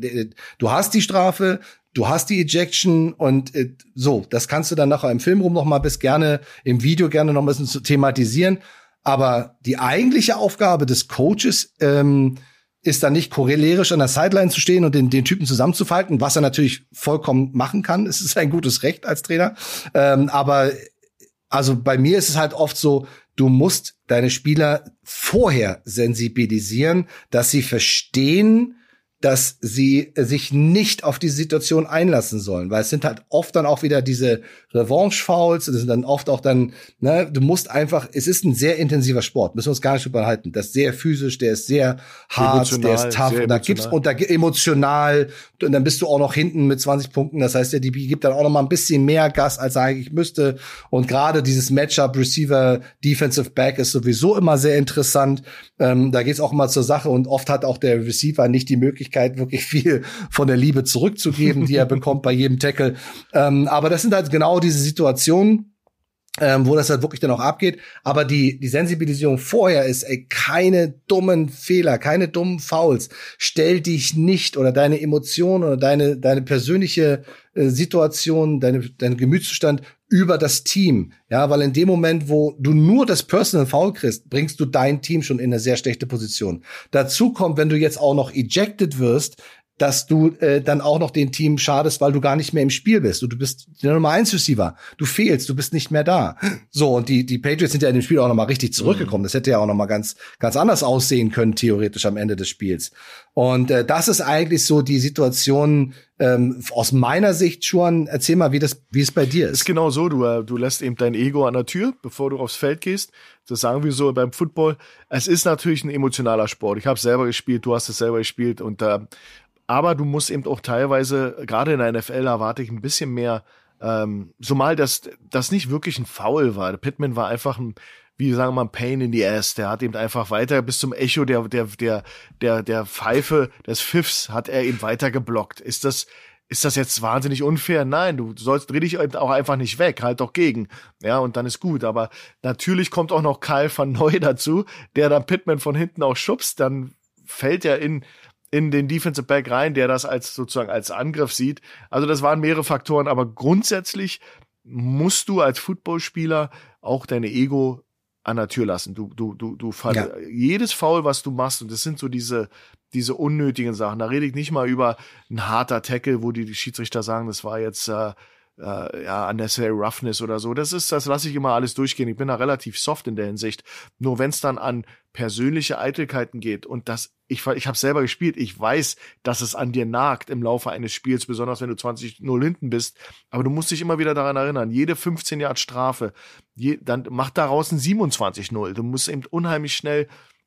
du hast die Strafe, du hast die Ejection und so, das kannst du dann nachher im Filmroom noch mal bis gerne, im Video gerne noch ein bisschen zu thematisieren. Aber die eigentliche Aufgabe des Coaches, ähm, ist dann nicht korrelerisch an der Sideline zu stehen und den, den Typen zusammenzufalten, was er natürlich vollkommen machen kann. Es ist ein gutes Recht als Trainer. Ähm, aber also bei mir ist es halt oft so, du musst deine Spieler vorher sensibilisieren, dass sie verstehen, dass sie sich nicht auf diese Situation einlassen sollen, weil es sind halt oft dann auch wieder diese Revanche-Fouls, das sind dann oft auch dann, ne, du musst einfach, es ist ein sehr intensiver Sport, müssen wir uns gar nicht drüber halten, das ist sehr physisch, der ist sehr hart, emotional, der ist tough, und da gibt's, und da emotional, und dann bist du auch noch hinten mit zwanzig Punkten, das heißt, der D B gibt dann auch noch mal ein bisschen mehr Gas, als er eigentlich müsste, und gerade dieses Matchup Receiver, Defensive Back ist sowieso immer sehr interessant, ähm, da geht's auch immer zur Sache, und oft hat auch der Receiver nicht die Möglichkeit, wirklich viel von der Liebe zurückzugeben, die er bekommt bei jedem Tackle. Ähm, aber das sind halt genau diese Situationen, ähm, wo das halt wirklich dann auch abgeht. Aber die, die Sensibilisierung vorher ist, ey, keine dummen Fehler, keine dummen Fouls. Stell dich nicht oder deine Emotionen oder deine, deine persönliche äh, Situation, deine, dein Gemütszustand über das Team. Ja, weil in dem Moment, wo du nur das Personal Foul kriegst, bringst du dein Team schon in eine sehr schlechte Position. Dazu kommt, wenn du jetzt auch noch ejected wirst, dass du äh, dann auch noch den Team schadest, weil du gar nicht mehr im Spiel bist. Und du bist der Nummer eins Receiver. Du fehlst, du bist nicht mehr da. So, und die die Patriots sind ja in dem Spiel auch noch mal richtig zurückgekommen. Das hätte ja auch noch mal ganz ganz anders aussehen können, theoretisch am Ende des Spiels. Und äh, das ist eigentlich so die Situation ähm, aus meiner Sicht schon. Erzähl mal, wie das wie es bei dir ist. Ist genau so. Du äh, du lässt eben dein Ego an der Tür, bevor du aufs Feld gehst. Das sagen wir so beim Football. Es ist natürlich ein emotionaler Sport. Ich habe selber gespielt, du hast es selber gespielt, und äh, aber du musst eben auch teilweise, gerade in der N F L erwarte ich ein bisschen mehr, ähm, so mal, dass das nicht wirklich ein Foul war. Pittman war einfach ein, wie sagen wir mal, Pain in the Ass. Der hat eben einfach weiter bis zum Echo der der der der der Pfeife des Pfiffs hat er eben weiter geblockt. Ist das ist das jetzt wahnsinnig unfair? Nein, du sollst dreh dich eben auch einfach nicht weg, halt doch gegen. Ja, und dann ist gut. Aber natürlich kommt auch noch Kyle van Noy dazu, der dann Pittman von hinten auch schubst. Dann fällt er in in den Defensive Back rein, der das als sozusagen als Angriff sieht. Also das waren mehrere Faktoren, aber grundsätzlich musst du als Footballspieler auch deine Ego an der Tür lassen. Du, du, du, du fall, ja. Jedes Foul, was du machst, und das sind so diese, diese unnötigen Sachen. Da rede ich nicht mal über ein harter Tackle, wo die, die Schiedsrichter sagen, das war jetzt äh, äh, ja unnecessary roughness oder so. Das ist, das lasse ich immer alles durchgehen. Ich bin da relativ soft in der Hinsicht. Nur wenn es dann an persönliche Eitelkeiten geht, und das ich ich habe selber gespielt, ich weiß, dass es an dir nagt im Laufe eines Spiels, besonders wenn du zwanzig null hinten bist, aber du musst dich immer wieder daran erinnern, jede fünfzehn Yard Strafe, je, dann mach daraus ein siebenundzwanzig null. Du musst eben unheimlich schnell,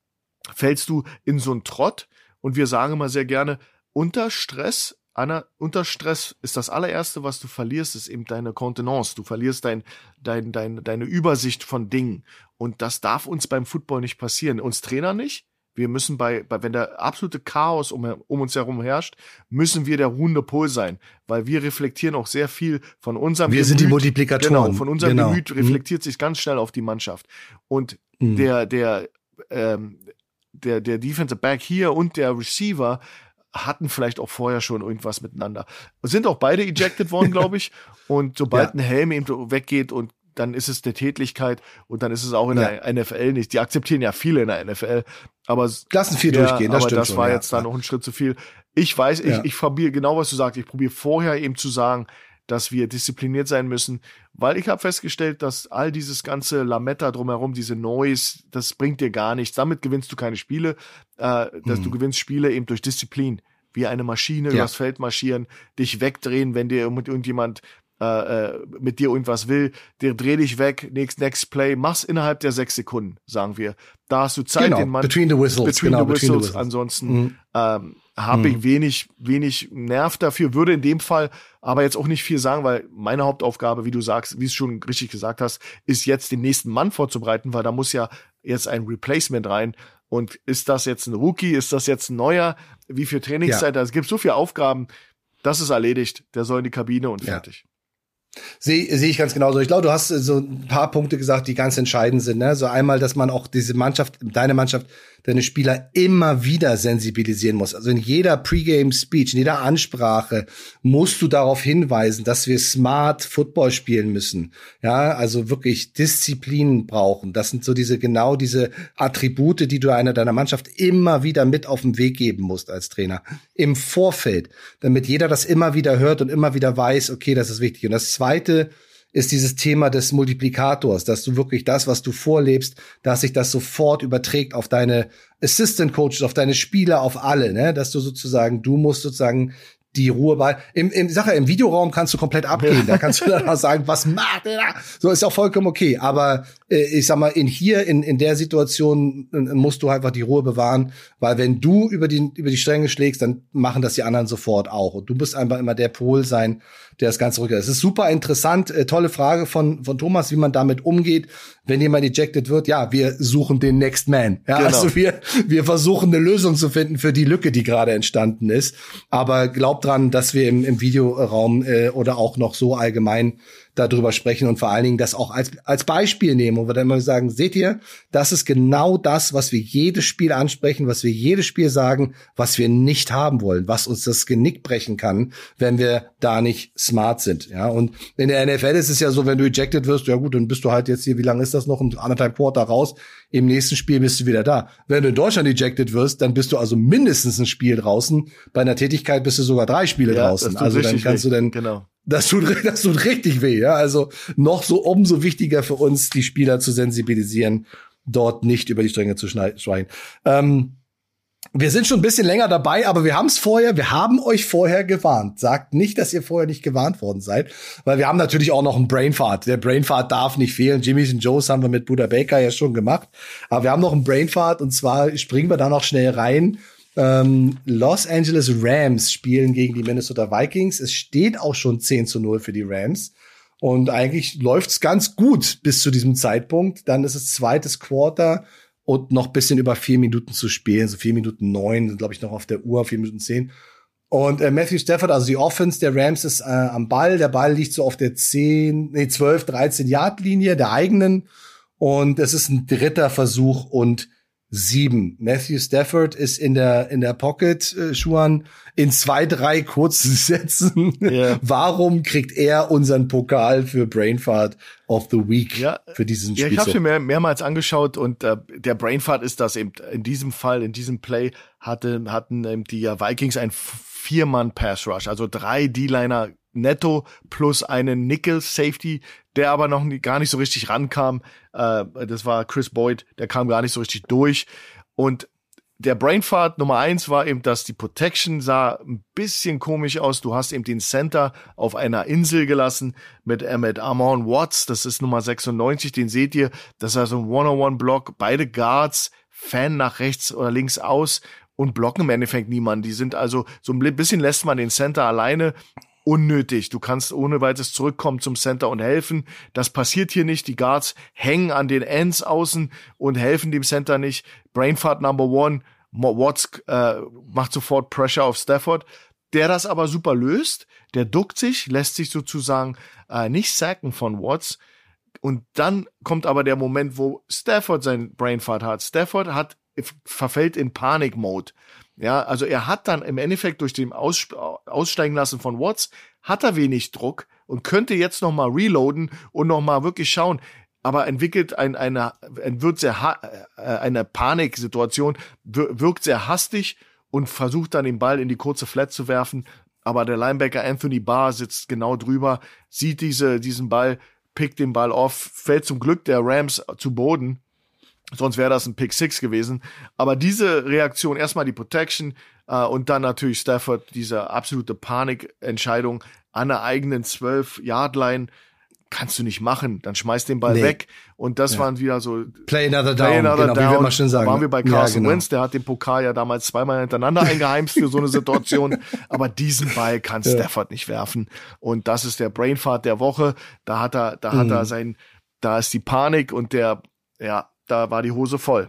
fällst du in so einen Trott, und wir sagen immer sehr gerne, unter Stress, Anna, unter Stress ist das allererste, was du verlierst, ist eben deine Kontenance. Du verlierst dein, dein, dein, deine Übersicht von Dingen. Und das darf uns beim Football nicht passieren. Uns Trainer nicht. Wir müssen bei, bei wenn der absolute Chaos um, um uns herum herrscht, müssen wir der ruhende Pol sein, weil wir reflektieren auch sehr viel von unserem Wir Gemüt. sind die Multiplikatoren. Genau, von unserem genau. Gemüt reflektiert mhm. sich ganz schnell auf die Mannschaft. Und mhm. der, der, ähm, der, der Defensive Back hier und der Receiver hatten vielleicht auch vorher schon irgendwas miteinander. Sind auch beide ejected worden, glaube ich. Und sobald ja. ein Helm eben weggeht und dann ist es eine Tätlichkeit und dann ist es auch in ja. der N F L nicht. Die akzeptieren ja viele in der N F L, aber lassen viel ja, durchgehen, das aber stimmt das schon, war ja. jetzt da noch ein Schritt zu viel. Ich weiß, ich, Ja. ich probiere genau, was du sagst. Ich probiere vorher eben zu sagen, dass wir diszipliniert sein müssen, weil ich habe festgestellt, dass all dieses ganze Lametta drumherum, diese Noise, das bringt dir gar nichts. Damit gewinnst du keine Spiele, äh, dass Mhm. du gewinnst Spiele eben durch Disziplin, wie eine Maschine Ja. übers Feld marschieren, dich wegdrehen, wenn dir mit irgendjemand äh, mit dir irgendwas will, der dreh dich weg, next, next play, mach's innerhalb der sechs Sekunden, sagen wir. Da hast du Zeit, Genau, den Mann. between the whistles, Between, genau, the, between whistles. the whistles. Ansonsten Mhm. ähm, habe Mhm. ich wenig, wenig Nerv dafür, würde in dem Fall aber jetzt auch nicht viel sagen, weil meine Hauptaufgabe, wie du sagst, wie es schon richtig gesagt hast, ist jetzt den nächsten Mann vorzubereiten, weil da muss ja jetzt ein Replacement rein. Und ist das jetzt ein Rookie? Ist das jetzt ein neuer? Wie viel Trainingszeit? Ja. Es gibt so viele Aufgaben. Das ist erledigt. Der soll in die Kabine und Ja. fertig. Sehe seh ich ganz genauso. Ich glaube, du hast so ein paar Punkte gesagt, die ganz entscheidend sind. Ne? So einmal, dass man auch diese Mannschaft, deine Mannschaft, deine Spieler immer wieder sensibilisieren muss. Also in jeder Pre-Game-Speech, in jeder Ansprache musst du darauf hinweisen, dass wir smart Football spielen müssen. Ja, also wirklich Disziplin brauchen. Das sind so diese, genau diese Attribute, die du einer deiner Mannschaft immer wieder mit auf den Weg geben musst als Trainer. Im Vorfeld, damit jeder das immer wieder hört und immer wieder weiß, okay, das ist wichtig. Und das Zweite ist dieses Thema des Multiplikators, dass du wirklich das, was du vorlebst, dass sich das sofort überträgt auf deine Assistant Coaches, auf deine Spieler, auf alle, ne, dass du sozusagen, du musst sozusagen die Ruhe bei, im, im, Sache, im Videoraum kannst du komplett abgehen, da kannst du dann auch sagen, was macht der da? So ist auch vollkommen okay, aber äh, ich sag mal, in hier, in, in der Situation äh, musst du einfach die Ruhe bewahren, weil wenn du über die, über die Stränge schlägst, dann machen das die anderen sofort auch und du musst einfach immer der Pol sein, der das Ganze rückt. Es ist super interessant, äh, tolle Frage von, von Thomas, wie man damit umgeht, wenn jemand ejected wird. Ja, wir suchen den Next Man. Ja, Genau. also wir, wir versuchen eine Lösung zu finden für die Lücke, die gerade entstanden ist. Aber glaubt dran, dass wir im, im Videoraum äh, oder auch noch so allgemein darüber sprechen und vor allen Dingen das auch als, als Beispiel nehmen, wo wir dann immer sagen, seht ihr, das ist genau das, was wir jedes Spiel ansprechen, was wir jedes Spiel sagen, was wir nicht haben wollen, was uns das Genick brechen kann, wenn wir da nicht smart sind. Ja, und in der N F L ist es ja so, wenn du ejected wirst, ja gut, dann bist du halt jetzt hier, wie lange ist das noch, ein anderthalb Quarter raus, im nächsten Spiel bist du wieder da. Wenn du in Deutschland ejected wirst, dann bist du also mindestens ein Spiel draußen, bei einer Tätigkeit bist du sogar drei Spiele Ja, draußen. das tut Also dann richtig kannst weh. du dann Genau. Das tut, das tut richtig weh, ja. Also noch so umso wichtiger für uns, die Spieler zu sensibilisieren, dort nicht über die Stränge zu schreien. Ähm, wir sind schon ein bisschen länger dabei, aber wir haben es vorher, wir haben euch vorher gewarnt. Sagt nicht, dass ihr vorher nicht gewarnt worden seid, weil wir haben natürlich auch noch einen Brainfart. Der Brainfart darf nicht fehlen. Jimmys und Joes haben wir mit Buda Baker ja schon gemacht. Aber wir haben noch einen Brainfart und zwar springen wir da noch schnell rein. Ähm, Los Angeles Rams spielen gegen die Minnesota Vikings. Es steht auch schon zehn zu null für die Rams. Und eigentlich läuft's ganz gut bis zu diesem Zeitpunkt. Dann ist es zweites Quarter und noch bisschen über vier Minuten zu spielen. So vier Minuten neun sind, glaube ich, noch auf der Uhr, vier Minuten zehn. Und äh, Matthew Stafford, also die Offense der Rams, ist äh, am Ball. Der Ball liegt so auf der zehn, nee, zwölf, dreizehn Yard Linie der eigenen. Und es ist ein dritter Versuch und sieben. Matthew Stafford ist in der in der Pocket, äh, Schuhan, in zwei, drei kurzen Sätzen. Yeah. Warum kriegt er unseren Pokal für Brainfart of the Week Ja, für diesen Ja, Spielzug? ich habe mir mehr, mehrmals angeschaut und äh, der Brainfart ist das eben in diesem Fall, in diesem Play hatte, hatten ähm, die ja Vikings ein Vier-Mann-Pass-Rush, also drei D-Liner netto plus einen Nickel-Safety, der aber noch nie, gar nicht so richtig rankam. Äh, das war Chris Boyd, der kam gar nicht so richtig durch. Und der Brainfart Nummer eins war eben, dass die Protection sah ein bisschen komisch aus. Du hast eben den Center auf einer Insel gelassen mit, äh, mit Amon Watts. Das ist Nummer sechsundneunzig, den seht ihr. Das ist also ein One-on-One-Block. Beide Guards, Fan nach rechts oder links aus und blocken im Endeffekt niemanden. Die sind also, so ein bisschen lässt man den Center alleine. Unnötig. Du kannst ohne weiteres zurückkommen zum Center und helfen. Das passiert hier nicht. Die Guards hängen an den Ends außen und helfen dem Center nicht. Brainfart Number One. Watts äh, macht sofort Pressure auf Stafford, der das aber super löst. Der duckt sich, lässt sich sozusagen äh, nicht sacken von Watts. Und dann kommt aber der Moment, wo Stafford sein Brainfart hat. Stafford hat verfällt in Panik-Mode. Ja, also er hat dann im Endeffekt durch den Aus, Aussteigen lassen von Watts, hat er wenig Druck, und könnte jetzt noch mal reloaden und noch mal wirklich schauen, aber entwickelt ein, eine, wird sehr, ha- eine Paniksituation, wirkt sehr hastig und versucht dann den Ball in die kurze Flat zu werfen, aber der Linebacker Anthony Barr sitzt genau drüber, sieht diese, diesen Ball, pickt den Ball off, fällt zum Glück der Rams zu Boden, sonst wäre das ein Pick Six gewesen, aber diese Reaktion, erstmal die Protection äh, und dann natürlich Stafford, diese absolute Panikentscheidung an der eigenen zwölf-Yard-Line, kannst du nicht machen, dann schmeiß den Ball nee. weg und das ja. waren wieder so Play another Play down, another genau, down. Wie wir mal schon sagen. Da waren wir bei Carson ja, genau. Wentz, der hat den Pokal ja damals zweimal hintereinander eingeheimst für so eine Situation, aber diesen Ball kann ja. Stafford nicht werfen und das ist der Brainfart der Woche, da hat er, da hat mhm. er sein, da ist die Panik und der, ja, da war die Hose voll.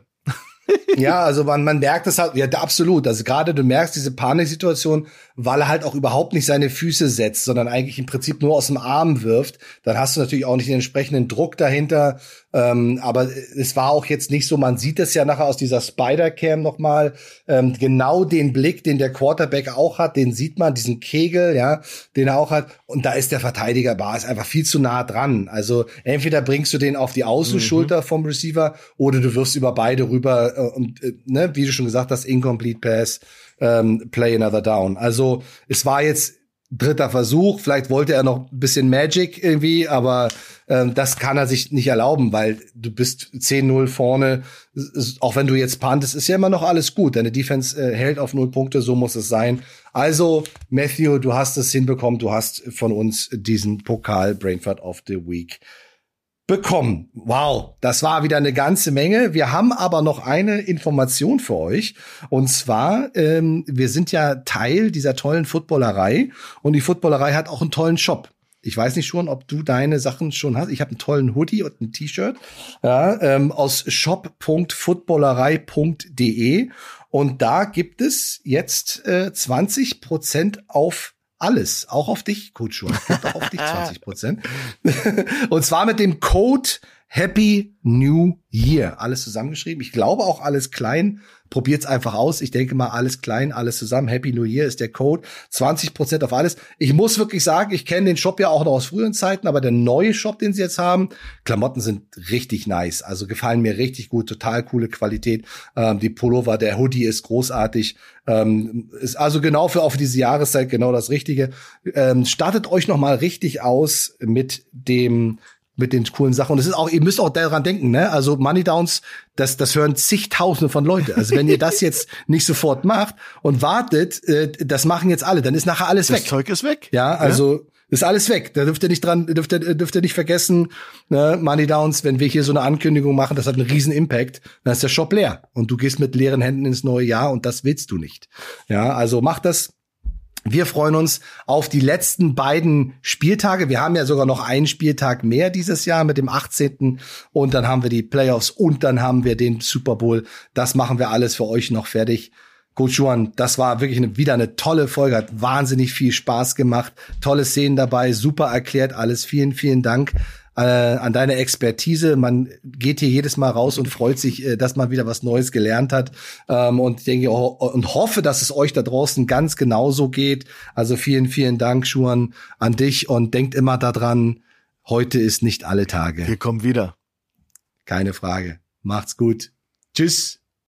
Ja, also man, man merkt es halt, ja, absolut. Also gerade du merkst diese Paniksituation, weil er halt auch überhaupt nicht seine Füße setzt, sondern eigentlich im Prinzip nur aus dem Arm wirft. Dann hast du natürlich auch nicht den entsprechenden Druck dahinter. Ähm, aber es war auch jetzt nicht so, man sieht es ja nachher aus dieser Spider-Cam nochmal, ähm, genau den Blick, den der Quarterback auch hat, den sieht man, diesen Kegel, ja, den er auch hat. Und da ist der Verteidiger Barr ist einfach viel zu nah dran. Also entweder bringst du den auf die Außenschulter mhm. vom Receiver oder du wirfst über beide rüber äh, und, äh, ne, wie du schon gesagt hast, Incomplete Pass, ähm, Play another down. Also es war jetzt dritter Versuch, vielleicht wollte er noch ein bisschen Magic irgendwie, aber ähm, das kann er sich nicht erlauben, weil du bist zehn null vorne, auch wenn du jetzt puntest, ist ja immer noch alles gut. Deine Defense äh, hält auf null Punkte, so muss es sein. Also, Matthew, du hast es hinbekommen, du hast von uns diesen Pokal Brainfart of the Week bekommen. Wow, das war wieder eine ganze Menge. Wir haben aber noch eine Information für euch. Und zwar, ähm, wir sind ja Teil dieser tollen Footballerei. Und die Footballerei hat auch einen tollen Shop. Ich weiß nicht schon, ob du deine Sachen schon hast. Ich habe einen tollen Hoodie und ein T-Shirt ja, ähm, aus shop punkt footballerei punkt de. Und da gibt es jetzt äh, zwanzig Prozent auf alles, auch auf dich, Coach Schuh. Gibt auch auf dich zwanzig Prozent. Und zwar mit dem Code Happy New Year. Alles zusammengeschrieben. Ich glaube auch alles klein. Probiert's einfach aus. Ich denke mal alles klein, alles zusammen. Happy New Year ist der Code. zwanzig Prozent auf alles. Ich muss wirklich sagen, ich kenne den Shop ja auch noch aus früheren Zeiten, aber der neue Shop, den sie jetzt haben, Klamotten sind richtig nice. Also gefallen mir richtig gut. Total coole Qualität. Ähm, die Pullover, der Hoodie ist großartig. Ähm, ist also genau für, auch für diese Jahreszeit genau das Richtige. Ähm, startet euch noch mal richtig aus mit dem mit den coolen Sachen. Und es ist auch, ihr müsst auch daran denken, ne? Also Money Downs, das, das hören zigtausende von Leute. Also wenn ihr das jetzt nicht sofort macht und wartet, äh, das machen jetzt alle, dann ist nachher alles das weg. Das Zeug ist weg. Ja, also, ja? Ist alles weg. Da dürft ihr nicht dran, dürft ihr, dürft ihr nicht vergessen, ne? Money Downs, wenn wir hier so eine Ankündigung machen, das hat einen riesen Impact, dann ist der Shop leer. Und du gehst mit leeren Händen ins neue Jahr und das willst du nicht. Ja, also macht das. Wir freuen uns auf die letzten beiden Spieltage. Wir haben ja sogar noch einen Spieltag mehr dieses Jahr mit dem achtzehnten Und dann haben wir die Playoffs und dann haben wir den Super Bowl. Das machen wir alles für euch noch fertig. Coach Juan, das war wirklich eine, wieder eine tolle Folge. Hat wahnsinnig viel Spaß gemacht. Tolle Szenen dabei. Super erklärt alles. Vielen, vielen Dank äh, an deine Expertise. Man geht hier jedes Mal raus und freut sich, äh, dass man wieder was Neues gelernt hat. Ähm, und ich denke oh, und hoffe, dass es euch da draußen ganz genauso geht. Also vielen, vielen Dank, Juan, an dich. Und denkt immer daran, heute ist nicht alle Tage. Wir kommen wieder. Keine Frage. Macht's gut. Tschüss.